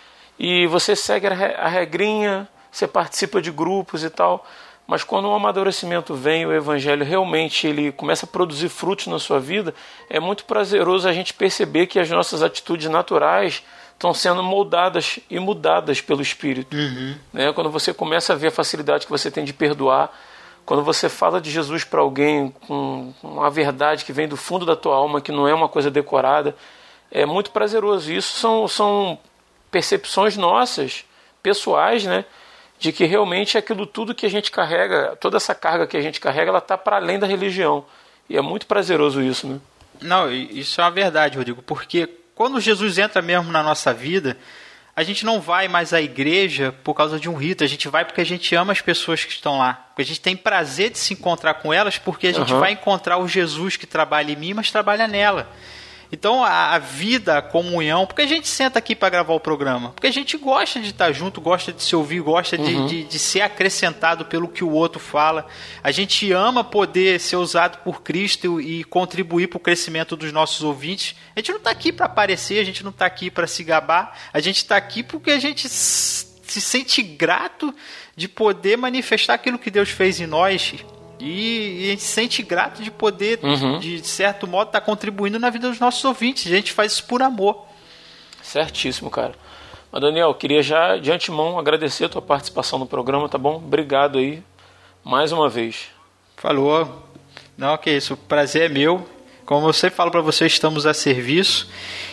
[SPEAKER 3] e você segue a regrinha, você participa de grupos e tal... Mas quando o amadurecimento vem, o evangelho realmente ele começa a produzir frutos na sua vida, é muito prazeroso a gente perceber que as nossas atitudes naturais estão sendo moldadas e mudadas pelo Espírito. Né? Quando você começa a ver a facilidade que você tem de perdoar, quando você fala de Jesus para alguém com uma verdade que vem do fundo da tua alma, que não é uma coisa decorada, é muito prazeroso. E isso são percepções nossas, pessoais, né? De que realmente aquilo tudo que a gente carrega, toda essa carga que a gente carrega, ela está para além da religião. E é muito prazeroso isso, né?
[SPEAKER 5] Não, isso é uma verdade, Rodrigo, porque quando Jesus entra mesmo na nossa vida, a gente não vai mais à igreja por causa de um rito, a gente vai porque a gente ama as pessoas que estão lá. Porque a gente tem prazer de se encontrar com elas, porque a gente vai encontrar o Jesus que trabalha em mim, mas trabalha nela. Então a vida, a comunhão, porque a gente senta aqui para gravar o programa, porque a gente gosta de estar junto, gosta de se ouvir, gosta de ser acrescentado pelo que o outro fala. A gente ama poder ser usado por Cristo e contribuir para o crescimento dos nossos ouvintes. A gente não está aqui para aparecer, a gente não está aqui para se gabar, a gente está aqui porque a gente se sente grato de poder manifestar aquilo que Deus fez em nós. E a gente se sente grato de poder, de certo modo, estar contribuindo na vida dos nossos ouvintes. A gente faz isso por amor.
[SPEAKER 3] Certíssimo, cara. Mas, Daniel, queria já, de antemão, agradecer a tua participação no programa, tá bom? Obrigado aí, mais uma vez.
[SPEAKER 5] Falou. Não, que isso. O prazer é meu. Como eu sempre falo para vocês, estamos a serviço.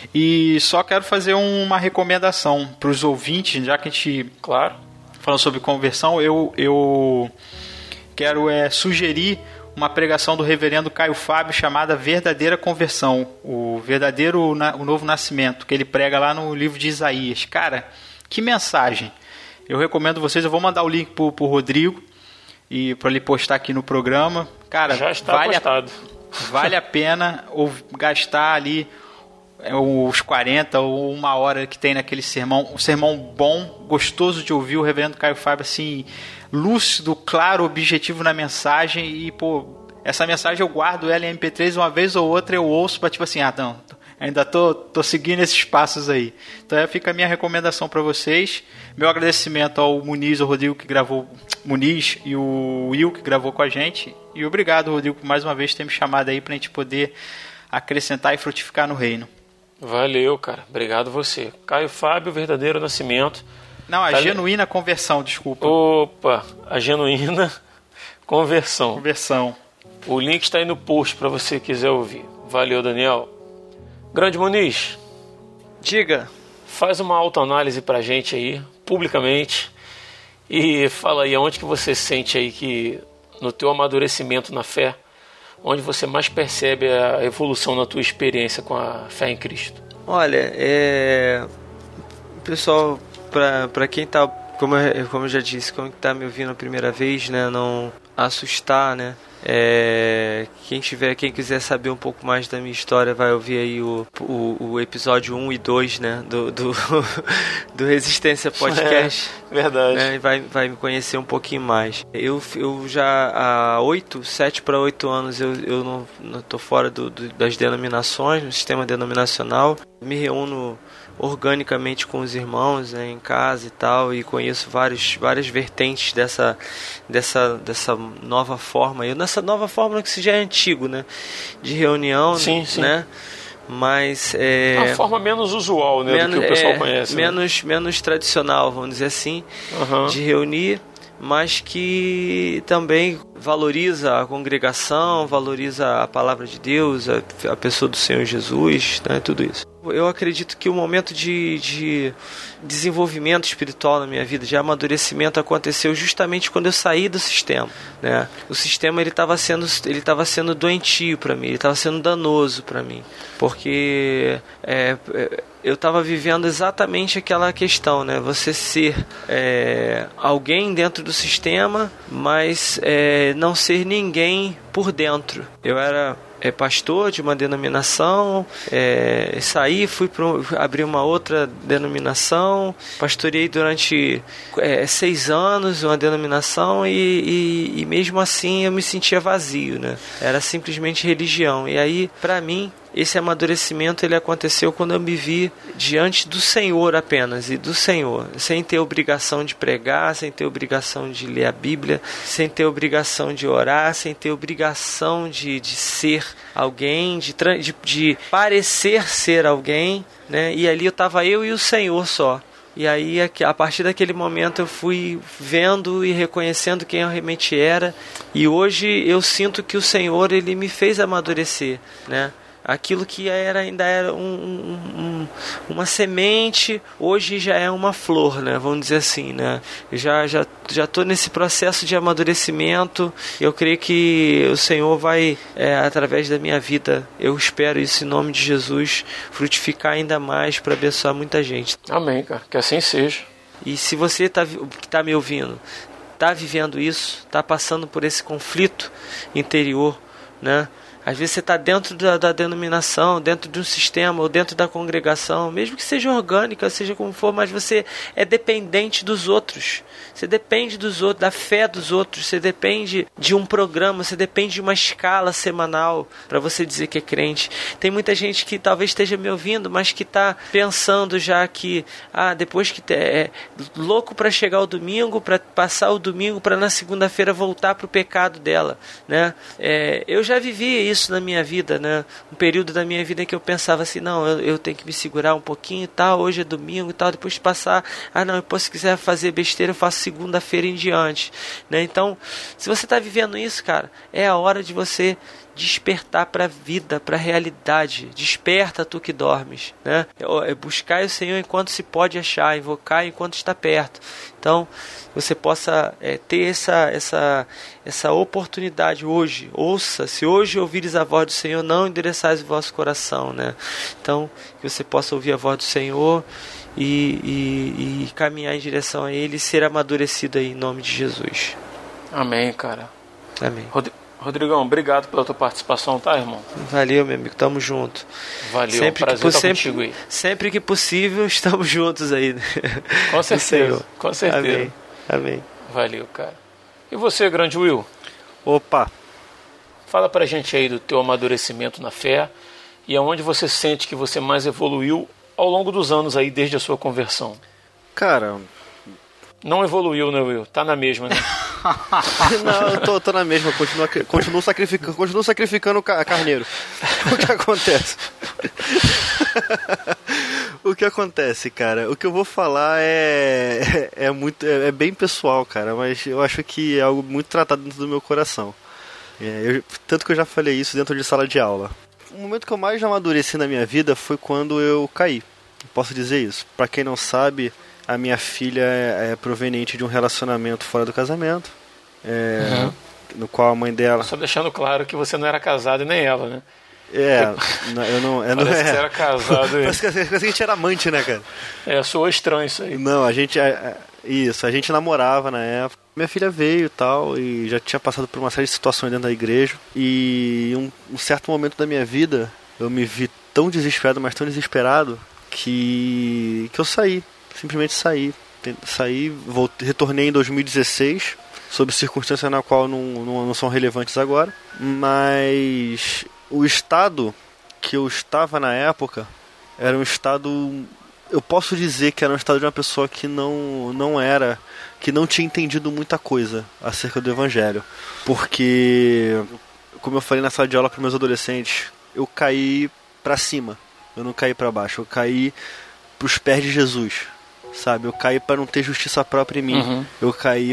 [SPEAKER 5] E só quero fazer uma recomendação para os ouvintes, já que a gente...
[SPEAKER 3] Claro.
[SPEAKER 5] Falando sobre conversão, eu quero sugerir uma pregação do reverendo Caio Fábio chamada Verdadeira Conversão, o novo nascimento, que ele prega lá no livro de Isaías. Cara, que mensagem! Eu recomendo vocês, eu vou mandar o link pro Rodrigo e para ele postar aqui no programa. Cara,
[SPEAKER 3] já está postado.
[SPEAKER 5] Vale a pena gastar ali os 40 ou uma hora que tem naquele sermão, um sermão bom, gostoso de ouvir, o reverendo Caio Fábio assim, lúcido, claro, objetivo na mensagem. E essa mensagem eu guardo ela em MP3, uma vez ou outra eu ouço para tipo assim, não, ainda tô seguindo esses passos aí. Então fica a minha recomendação para vocês. Meu agradecimento ao Muniz, ao Rodrigo que gravou, Muniz e o Will que gravou com a gente. E obrigado, Rodrigo, por mais uma vez ter me chamado aí pra gente poder acrescentar e frutificar no reino.
[SPEAKER 3] Valeu, cara. Obrigado você. Caio Fábio, Verdadeiro Nascimento.
[SPEAKER 5] Não, genuína conversão, desculpa.
[SPEAKER 3] Opa, a genuína conversão.
[SPEAKER 5] Conversão.
[SPEAKER 3] O link está aí no post para você quiser ouvir. Valeu, Daniel. Grande Muniz.
[SPEAKER 4] Diga.
[SPEAKER 3] Faz uma autoanálise pra gente aí, publicamente. E fala aí aonde que você sente aí que no teu amadurecimento na fé, onde você mais percebe a evolução na tua experiência com a fé em Cristo?
[SPEAKER 4] Olha, pessoal, para quem tá, como eu já disse, como tá me ouvindo a primeira vez, né, não, assustar, né? Quem quiser saber um pouco mais da minha história vai ouvir aí o episódio 1 e 2, né, do Resistência Podcast.
[SPEAKER 3] Verdade.
[SPEAKER 4] Né, e vai me conhecer um pouquinho mais. Eu já há 7 para 8 anos eu não tô fora das denominações, no sistema denominacional. Me reúno organicamente com os irmãos, né, em casa e tal, e conheço várias vertentes dessa nova forma. Nessa nova forma que isso já é antigo, né, de reunião,
[SPEAKER 3] sim, sim.
[SPEAKER 4] né, mas
[SPEAKER 3] uma forma menos usual, né, do que o pessoal conhece.
[SPEAKER 4] Menos tradicional, vamos dizer assim, de reunir, mas que também valoriza a congregação, valoriza a palavra de Deus, a pessoa do Senhor Jesus, né, tudo isso. Eu acredito que o momento de desenvolvimento espiritual na minha vida, de amadurecimento, aconteceu justamente quando eu saí do sistema, né? O sistema ele estava sendo doentio para mim, ele estava sendo danoso para mim, porque eu estava vivendo exatamente aquela questão, né? Você ser alguém dentro do sistema, mas não ser ninguém por dentro. Eu era pastor de uma denominação, saí, fui abrir uma outra denominação, pastorei durante 6 anos uma denominação e mesmo assim eu me sentia vazio, né? Era simplesmente religião. E aí, para mim, esse amadurecimento ele aconteceu quando eu me vi diante do Senhor apenas, e do Senhor, sem ter obrigação de pregar, sem ter obrigação de ler a Bíblia, sem ter obrigação de orar, sem ter obrigação de ser alguém, de parecer ser alguém, né? E ali estava eu e o Senhor só. E aí, a partir daquele momento, eu fui vendo e reconhecendo quem eu realmente era. E hoje eu sinto que o Senhor ele me fez amadurecer, né? Aquilo que ainda era uma semente, hoje já é uma flor, né? Vamos dizer assim, né? Já estou nesse processo de amadurecimento. Eu creio que o Senhor vai, através da minha vida, eu espero isso em nome de Jesus, frutificar ainda mais para abençoar muita gente.
[SPEAKER 3] Amém, cara. Que assim seja.
[SPEAKER 4] E se você que está me ouvindo, está vivendo isso, está passando por esse conflito interior, né? Às vezes você está dentro da denominação, dentro de um sistema ou dentro da congregação, mesmo que seja orgânica, seja como for, mas você é dependente dos outros. Você depende dos outros, da fé dos outros. Você depende de um programa, você depende de uma escala semanal para você dizer que é crente. Tem muita gente que talvez esteja me ouvindo, mas que está pensando já que depois que louco para chegar o domingo, para passar o domingo, para na segunda-feira voltar para o pecado dela, né? Eu já vivi isso na minha vida, né? Um período da minha vida em que eu pensava assim, não, eu tenho que me segurar um pouquinho e tal, hoje é domingo e tal, depois de passar, se quiser fazer besteira eu faço segunda-feira em diante, né? Então, se você está vivendo isso, cara, é a hora de você despertar para a vida, para a realidade. Desperta tu que dormes, né? Buscar o Senhor enquanto se pode achar, invocar enquanto está perto. Então, você possa ter essa oportunidade hoje. Ouça, se hoje ouvires a voz do Senhor, não endereçais o vosso coração, né? Então, que você possa ouvir a voz do Senhor e caminhar em direção a Ele e ser amadurecido aí, em nome de Jesus.
[SPEAKER 3] Amém, cara.
[SPEAKER 4] Amém.
[SPEAKER 3] Rodrigão, obrigado pela tua participação, tá, irmão?
[SPEAKER 4] Valeu, meu amigo, tamo junto.
[SPEAKER 3] Valeu, prazer estar contigo aí.
[SPEAKER 4] Sempre que possível, estamos juntos aí.
[SPEAKER 3] Com certeza, com certeza.
[SPEAKER 4] Amém.
[SPEAKER 3] Valeu, cara. E você, grande Will?
[SPEAKER 6] Opa!
[SPEAKER 3] Fala pra gente aí do teu amadurecimento na fé e aonde você sente que você mais evoluiu ao longo dos anos aí, desde a sua conversão.
[SPEAKER 6] Cara...
[SPEAKER 3] Não evoluiu, né, Will? Tá na mesma, né?
[SPEAKER 6] Não, eu tô na mesma, continuo sacrificando carneiro. O que acontece? O que acontece, cara? O que eu vou falar é bem pessoal, cara, mas eu acho que é algo muito tratado dentro do meu coração. Tanto que eu já falei isso dentro de sala de aula. O momento que eu mais amadureci na minha vida foi quando eu caí. Posso dizer isso. Pra quem não sabe, a minha filha é proveniente de um relacionamento fora do casamento. No qual a mãe dela...
[SPEAKER 3] Só deixando claro que você não era casado e nem ela, né? Parece que você era casado.
[SPEAKER 6] Parece que a gente era amante, né, cara?
[SPEAKER 3] Soou estranho isso aí.
[SPEAKER 6] Não, a gente namorava na época. Minha filha veio e tal, e já tinha passado por uma série de situações dentro da igreja. E um certo momento da minha vida, eu me vi tão desesperado, mas tão desesperado, que eu saí. Simplesmente saí. Retornei em 2016, sob circunstâncias na qual não são relevantes agora. Mas o estado que eu estava na época era um estado... Eu posso dizer que era um estado de uma pessoa que que não tinha entendido muita coisa acerca do Evangelho. Porque, como eu falei na sala de aula para meus adolescentes, eu caí para cima, eu não caí para baixo, eu caí pros pés de Jesus, sabe? Eu caí para não ter justiça própria em mim, eu caí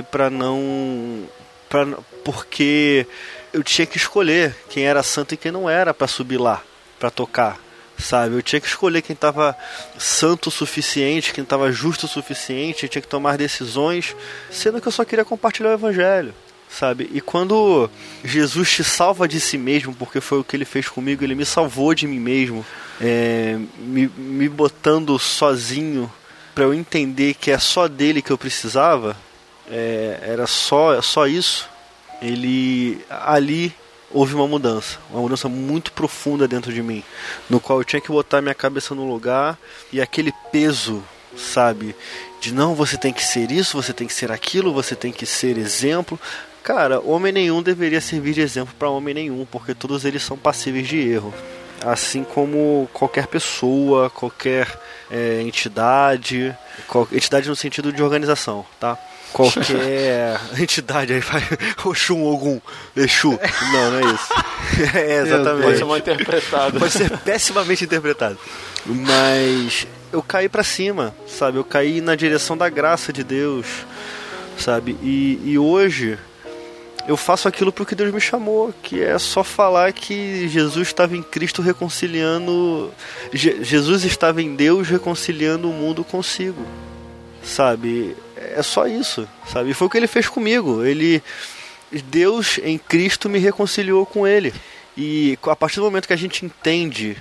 [SPEAKER 6] porque eu tinha que escolher quem era santo e quem não era para subir lá, para tocar. Sabe, eu tinha que escolher quem estava santo o suficiente, quem estava justo o suficiente, eu tinha que tomar decisões, sendo que eu só queria compartilhar o Evangelho, sabe? E quando Jesus te salva de si mesmo, porque foi o que ele fez comigo, ele me salvou de mim mesmo, me botando sozinho para eu entender que é só dele que eu precisava, era só isso. Ali houve uma mudança muito profunda dentro de mim, no qual eu tinha que botar minha cabeça no lugar, e aquele peso, sabe, de não, você tem que ser isso, você tem que ser aquilo, você tem que ser exemplo. Cara, homem nenhum deveria servir de exemplo para homem nenhum, porque todos eles são passíveis de erro, assim como qualquer pessoa, qualquer entidade no sentido de organização, tá? Qualquer entidade aí vai Oxum, Ogum, Exu. Não é isso. Exatamente.
[SPEAKER 3] Pode ser mal interpretado.
[SPEAKER 6] Pode ser pessimamente interpretado. Mas eu caí pra cima, sabe? Eu caí na direção da graça de Deus, sabe? E hoje eu faço aquilo pro que Deus me chamou, que é só falar que Jesus estava em Cristo reconciliando... Jesus estava em Deus reconciliando o mundo consigo, sabe? É só isso, sabe? E foi o que ele fez comigo. Deus em Cristo me reconciliou com ele. E a partir do momento que a gente entende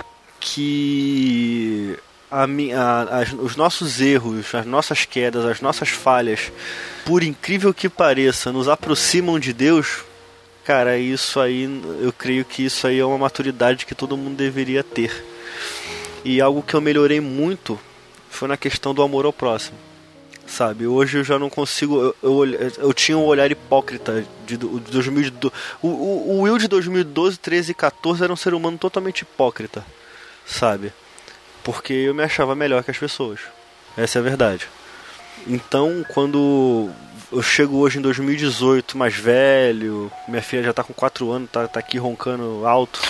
[SPEAKER 6] que os nossos erros, as nossas quedas, as nossas falhas, por incrível que pareça, nos aproximam de Deus, cara, isso aí, eu creio que isso aí é uma maturidade que todo mundo deveria ter. E algo que eu melhorei muito foi na questão do amor ao próximo. Sabe, hoje eu já não consigo. Eu tinha um olhar hipócrita de 2012. O Will de 2012, 13 e 14 era um ser humano totalmente hipócrita, sabe? Porque eu me achava melhor que as pessoas. Essa é a verdade. Então, quando eu chego hoje em 2018, mais velho, minha filha já tá com 4 anos, tá aqui roncando alto.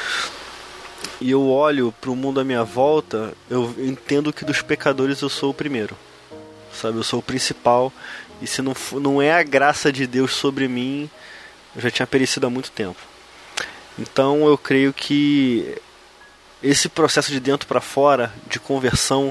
[SPEAKER 6] E eu olho pro mundo à minha volta, eu entendo que dos pecadores eu sou o primeiro. Sabe, eu sou o principal, e se não é a graça de Deus sobre mim, eu já tinha perecido há muito tempo. Então eu creio que esse processo de dentro para fora, de conversão,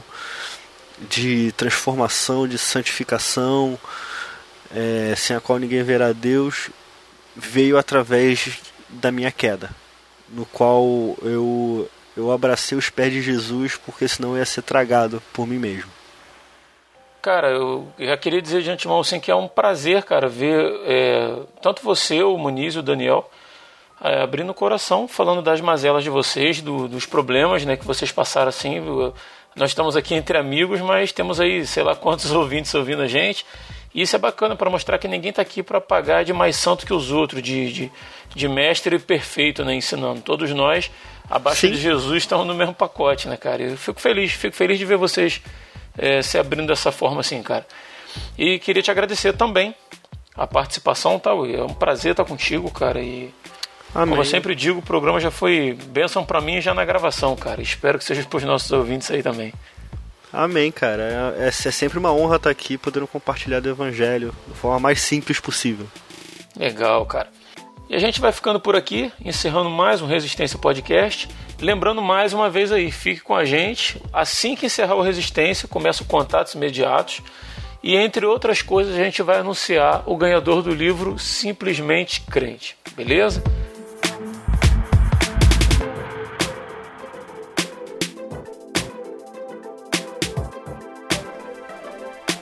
[SPEAKER 6] de transformação, de santificação, sem a qual ninguém verá Deus, veio através da minha queda, no qual eu abracei os pés de Jesus, porque senão eu ia ser tragado por mim mesmo.
[SPEAKER 3] Cara, eu já queria dizer de antemão assim, que é um prazer, cara, ver tanto você, o Muniz e o Daniel abrindo o coração, falando das mazelas de vocês, dos problemas, né, que vocês passaram assim. Nós estamos aqui entre amigos, mas temos aí, sei lá quantos ouvintes ouvindo a gente. E isso é bacana para mostrar que ninguém está aqui para pagar de mais santo que os outros, de mestre perfeito, né, ensinando. Todos nós, abaixo
[SPEAKER 6] Sim.
[SPEAKER 3] de Jesus, estamos no mesmo pacote, né, cara? Eu fico feliz de ver vocês se abrindo dessa forma assim, cara. E queria te agradecer também a participação, tá? É um prazer estar contigo, cara. E
[SPEAKER 6] Amém.
[SPEAKER 3] como eu sempre digo, o programa já foi bênção pra mim já na gravação, cara. Espero que seja pros nossos ouvintes aí também.
[SPEAKER 6] Amém, cara. É sempre uma honra estar aqui, podendo compartilhar do Evangelho da forma mais simples possível.
[SPEAKER 3] Legal, cara. E a gente vai ficando por aqui, encerrando mais um Resistência Podcast. Lembrando mais uma vez aí, fique com a gente. Assim que encerrar o Resistência, começa o Contatos Imediatos. E entre outras coisas, a gente vai anunciar o ganhador do livro Simplesmente Crente. Beleza?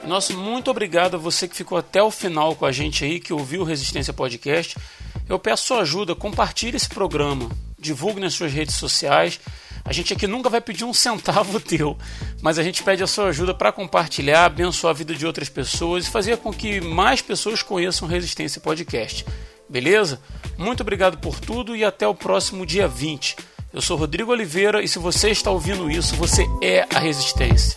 [SPEAKER 3] Nosso muito obrigado a você que ficou até o final com a gente aí, que ouviu o Resistência Podcast. Eu peço sua ajuda, compartilhe esse programa, divulgue nas suas redes sociais. A gente aqui nunca vai pedir um centavo teu, mas a gente pede a sua ajuda para compartilhar, abençoar a vida de outras pessoas e fazer com que mais pessoas conheçam o Resistência Podcast. Beleza? Muito obrigado por tudo e até o próximo dia 20. Eu sou Rodrigo Oliveira e se você está ouvindo isso, você é a Resistência.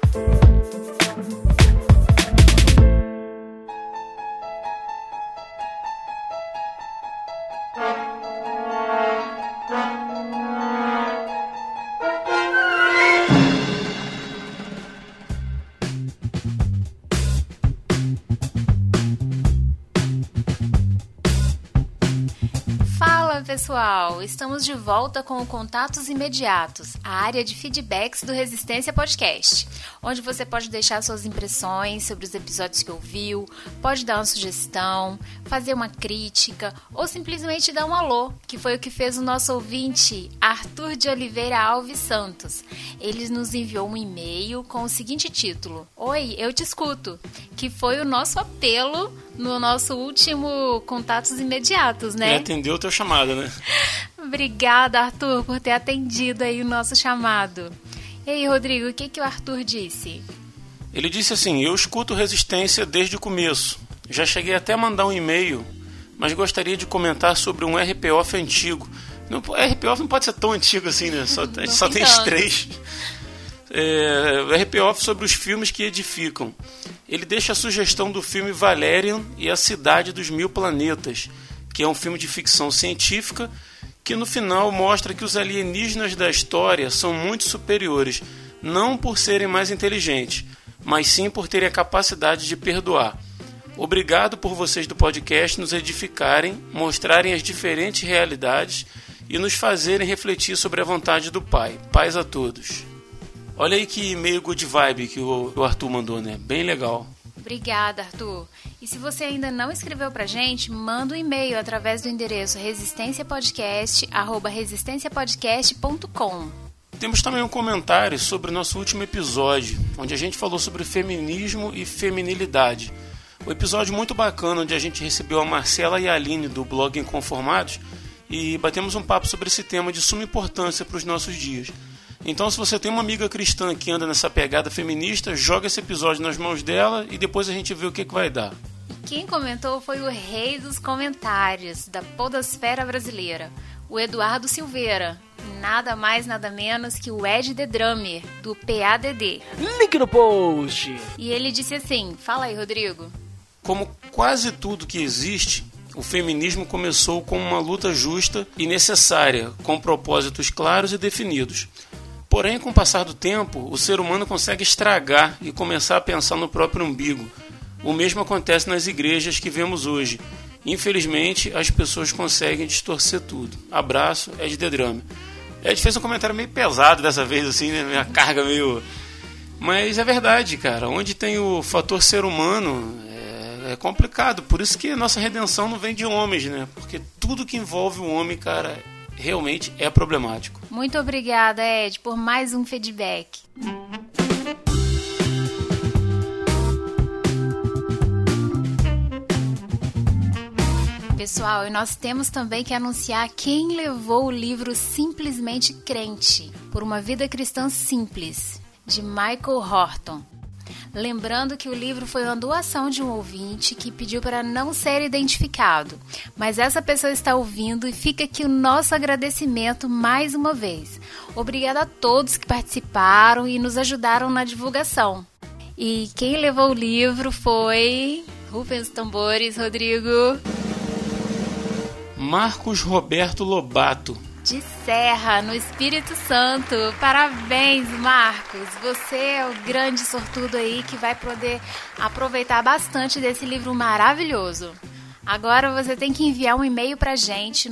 [SPEAKER 8] Pessoal, estamos de volta com o Contatos Imediatos, a área de feedbacks do Resistência Podcast, onde você pode deixar suas impressões sobre os episódios que ouviu, pode dar uma sugestão, fazer uma crítica ou simplesmente dar um alô, que foi o que fez o nosso ouvinte Arthur de Oliveira Alves Santos. Ele nos enviou um e-mail com o seguinte título: Oi, eu te escuto, que foi o nosso apelo no nosso último Contatos Imediatos, né?
[SPEAKER 3] Ele atendeu o teu chamado, né?
[SPEAKER 8] Obrigada, Arthur, por ter atendido aí o nosso chamado. E aí, Rodrigo, o que o Arthur disse?
[SPEAKER 3] Ele disse assim: eu escuto Resistência desde o começo. Já cheguei até a mandar um e-mail, mas gostaria de comentar sobre um RP-Off antigo. Não, RP-Off não pode ser tão antigo assim, né? Só tem os 3. RP-Off sobre os filmes que edificam. Ele deixa a sugestão do filme Valerian e a Cidade dos Mil Planetas, que é um filme de ficção científica que no final mostra que os alienígenas da história são muito superiores, não por serem mais inteligentes, mas sim por terem a capacidade de perdoar. Obrigado por vocês do podcast nos edificarem, mostrarem as diferentes realidades e nos fazerem refletir sobre a vontade do Pai. Paz a todos. Olha aí que meio good vibe que o Arthur mandou, né? Bem legal.
[SPEAKER 8] Obrigada, Arthur. E se você ainda não escreveu pra gente, manda um e-mail através do endereço resistenciapodcast@resistenciapodcast.com.
[SPEAKER 3] Temos também um comentário sobre o nosso último episódio, onde a gente falou sobre feminismo e feminilidade. Um episódio muito bacana, onde a gente recebeu a Marcela e a Aline do blog Inconformados e batemos um papo sobre esse tema de suma importância para os nossos dias. Então, se você tem uma amiga cristã que anda nessa pegada feminista, joga esse episódio nas mãos dela e depois a gente vê o que vai dar.
[SPEAKER 8] Quem comentou foi o rei dos comentários da podosfera brasileira, o Eduardo Silveira. Nada mais, nada menos que o Ed The Drummer, do PADD.
[SPEAKER 1] Link no post!
[SPEAKER 8] E ele disse assim, fala aí, Rodrigo.
[SPEAKER 3] Como quase tudo que existe, o feminismo começou como uma luta justa e necessária, com propósitos claros e definidos. Porém, com o passar do tempo, o ser humano consegue estragar e começar a pensar no próprio umbigo. O mesmo acontece nas igrejas que vemos hoje. Infelizmente, as pessoas conseguem distorcer tudo. Abraço, Ed The Drummer. Ed fez um comentário meio pesado dessa vez, assim, né? Minha carga meio... Mas é verdade, cara. Onde tem o fator ser humano, é complicado. Por isso que a nossa redenção não vem de homens, né? Porque tudo que envolve o homem, cara, realmente é problemático.
[SPEAKER 8] Muito obrigada, Ed, por mais um feedback. Pessoal, e nós temos também que anunciar quem levou o livro Simplesmente Crente, por uma vida cristã simples, de Michael Horton. Lembrando que o livro foi uma doação de um ouvinte que pediu para não ser identificado, mas essa pessoa está ouvindo e fica aqui o nosso agradecimento mais uma vez. Obrigada a todos que participaram e nos ajudaram na divulgação. E quem levou o livro foi... Rufem os tambores, Rodrigo.
[SPEAKER 3] Marcos Roberto Lobato.
[SPEAKER 8] De Serra, no Espírito Santo. Parabéns, Marcos. Você é o grande sortudo aí que vai poder aproveitar bastante desse livro maravilhoso. Agora você tem que enviar um e-mail pra gente no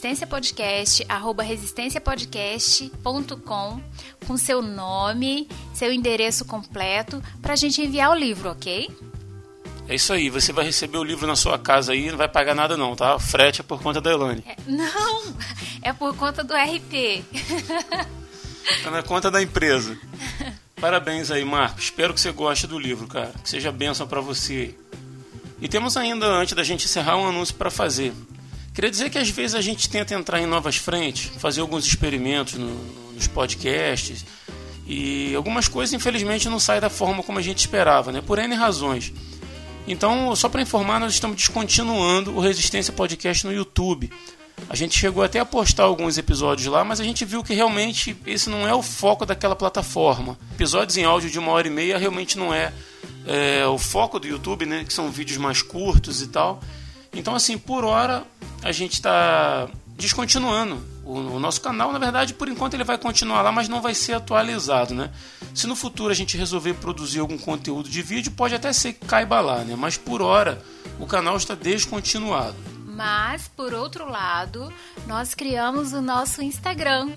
[SPEAKER 8] resistenciapodcast@resistenciapodcast.com com seu nome, seu endereço completo pra gente enviar o livro, ok?
[SPEAKER 3] É isso aí, você vai receber o livro na sua casa aí, não vai pagar nada não, tá? O frete é por conta da Elane.
[SPEAKER 8] Não, é por conta do RP.
[SPEAKER 3] Tá na conta da empresa. Parabéns aí, Marcos. Espero que você goste do livro, cara. Que seja bênção para você. E temos ainda, antes da gente encerrar, um anúncio para fazer. Queria dizer que às vezes a gente tenta entrar em novas frentes, fazer alguns experimentos nos podcasts, e algumas coisas, infelizmente, não saem da forma como a gente esperava, né? Por N razões. Então, só para informar, nós estamos descontinuando o Resistência Podcast no YouTube. A gente chegou até a postar alguns episódios lá, mas a gente viu que realmente esse não é o foco daquela plataforma. Episódios em áudio de 1h30 realmente não é o foco do YouTube, né? Que são vídeos mais curtos e tal. Então, assim, por hora, a gente está descontinuando o nosso canal. Na verdade, por enquanto ele vai continuar lá, mas não vai ser atualizado, né? Se no futuro a gente resolver produzir algum conteúdo de vídeo, pode até ser que caiba lá, né? Mas por hora, o canal está descontinuado.
[SPEAKER 8] Mas, por outro lado, nós criamos o nosso Instagram,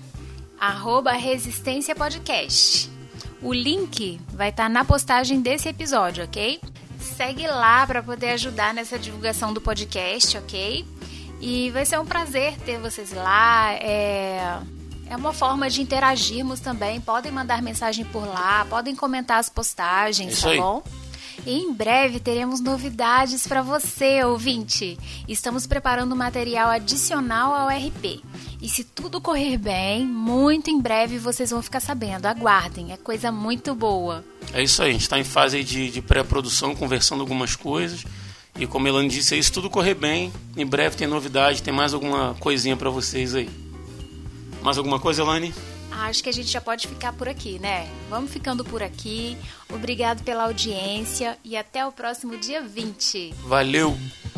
[SPEAKER 8] @resistênciapodcast. O link vai estar na postagem desse episódio, ok? Segue lá para poder ajudar nessa divulgação do podcast, ok? E vai ser um prazer ter vocês lá. É uma forma de interagirmos também. Podem mandar mensagem por lá, podem comentar as postagens,
[SPEAKER 3] Isso
[SPEAKER 8] tá
[SPEAKER 3] aí.
[SPEAKER 8] bom? E em breve teremos novidades para você, ouvinte. Estamos preparando material adicional ao RP. E se tudo correr bem, muito em breve vocês vão ficar sabendo. Aguardem, é coisa muito boa.
[SPEAKER 3] É isso aí, a gente está em fase aí de pré-produção, conversando algumas coisas. E como a Elane disse aí, se tudo correr bem, em breve tem novidade, tem mais alguma coisinha para vocês aí. Mais alguma coisa, Elane?
[SPEAKER 8] Acho que a gente já pode ficar por aqui, né? Vamos ficando por aqui. Obrigado pela audiência e até o próximo dia 20.
[SPEAKER 3] Valeu!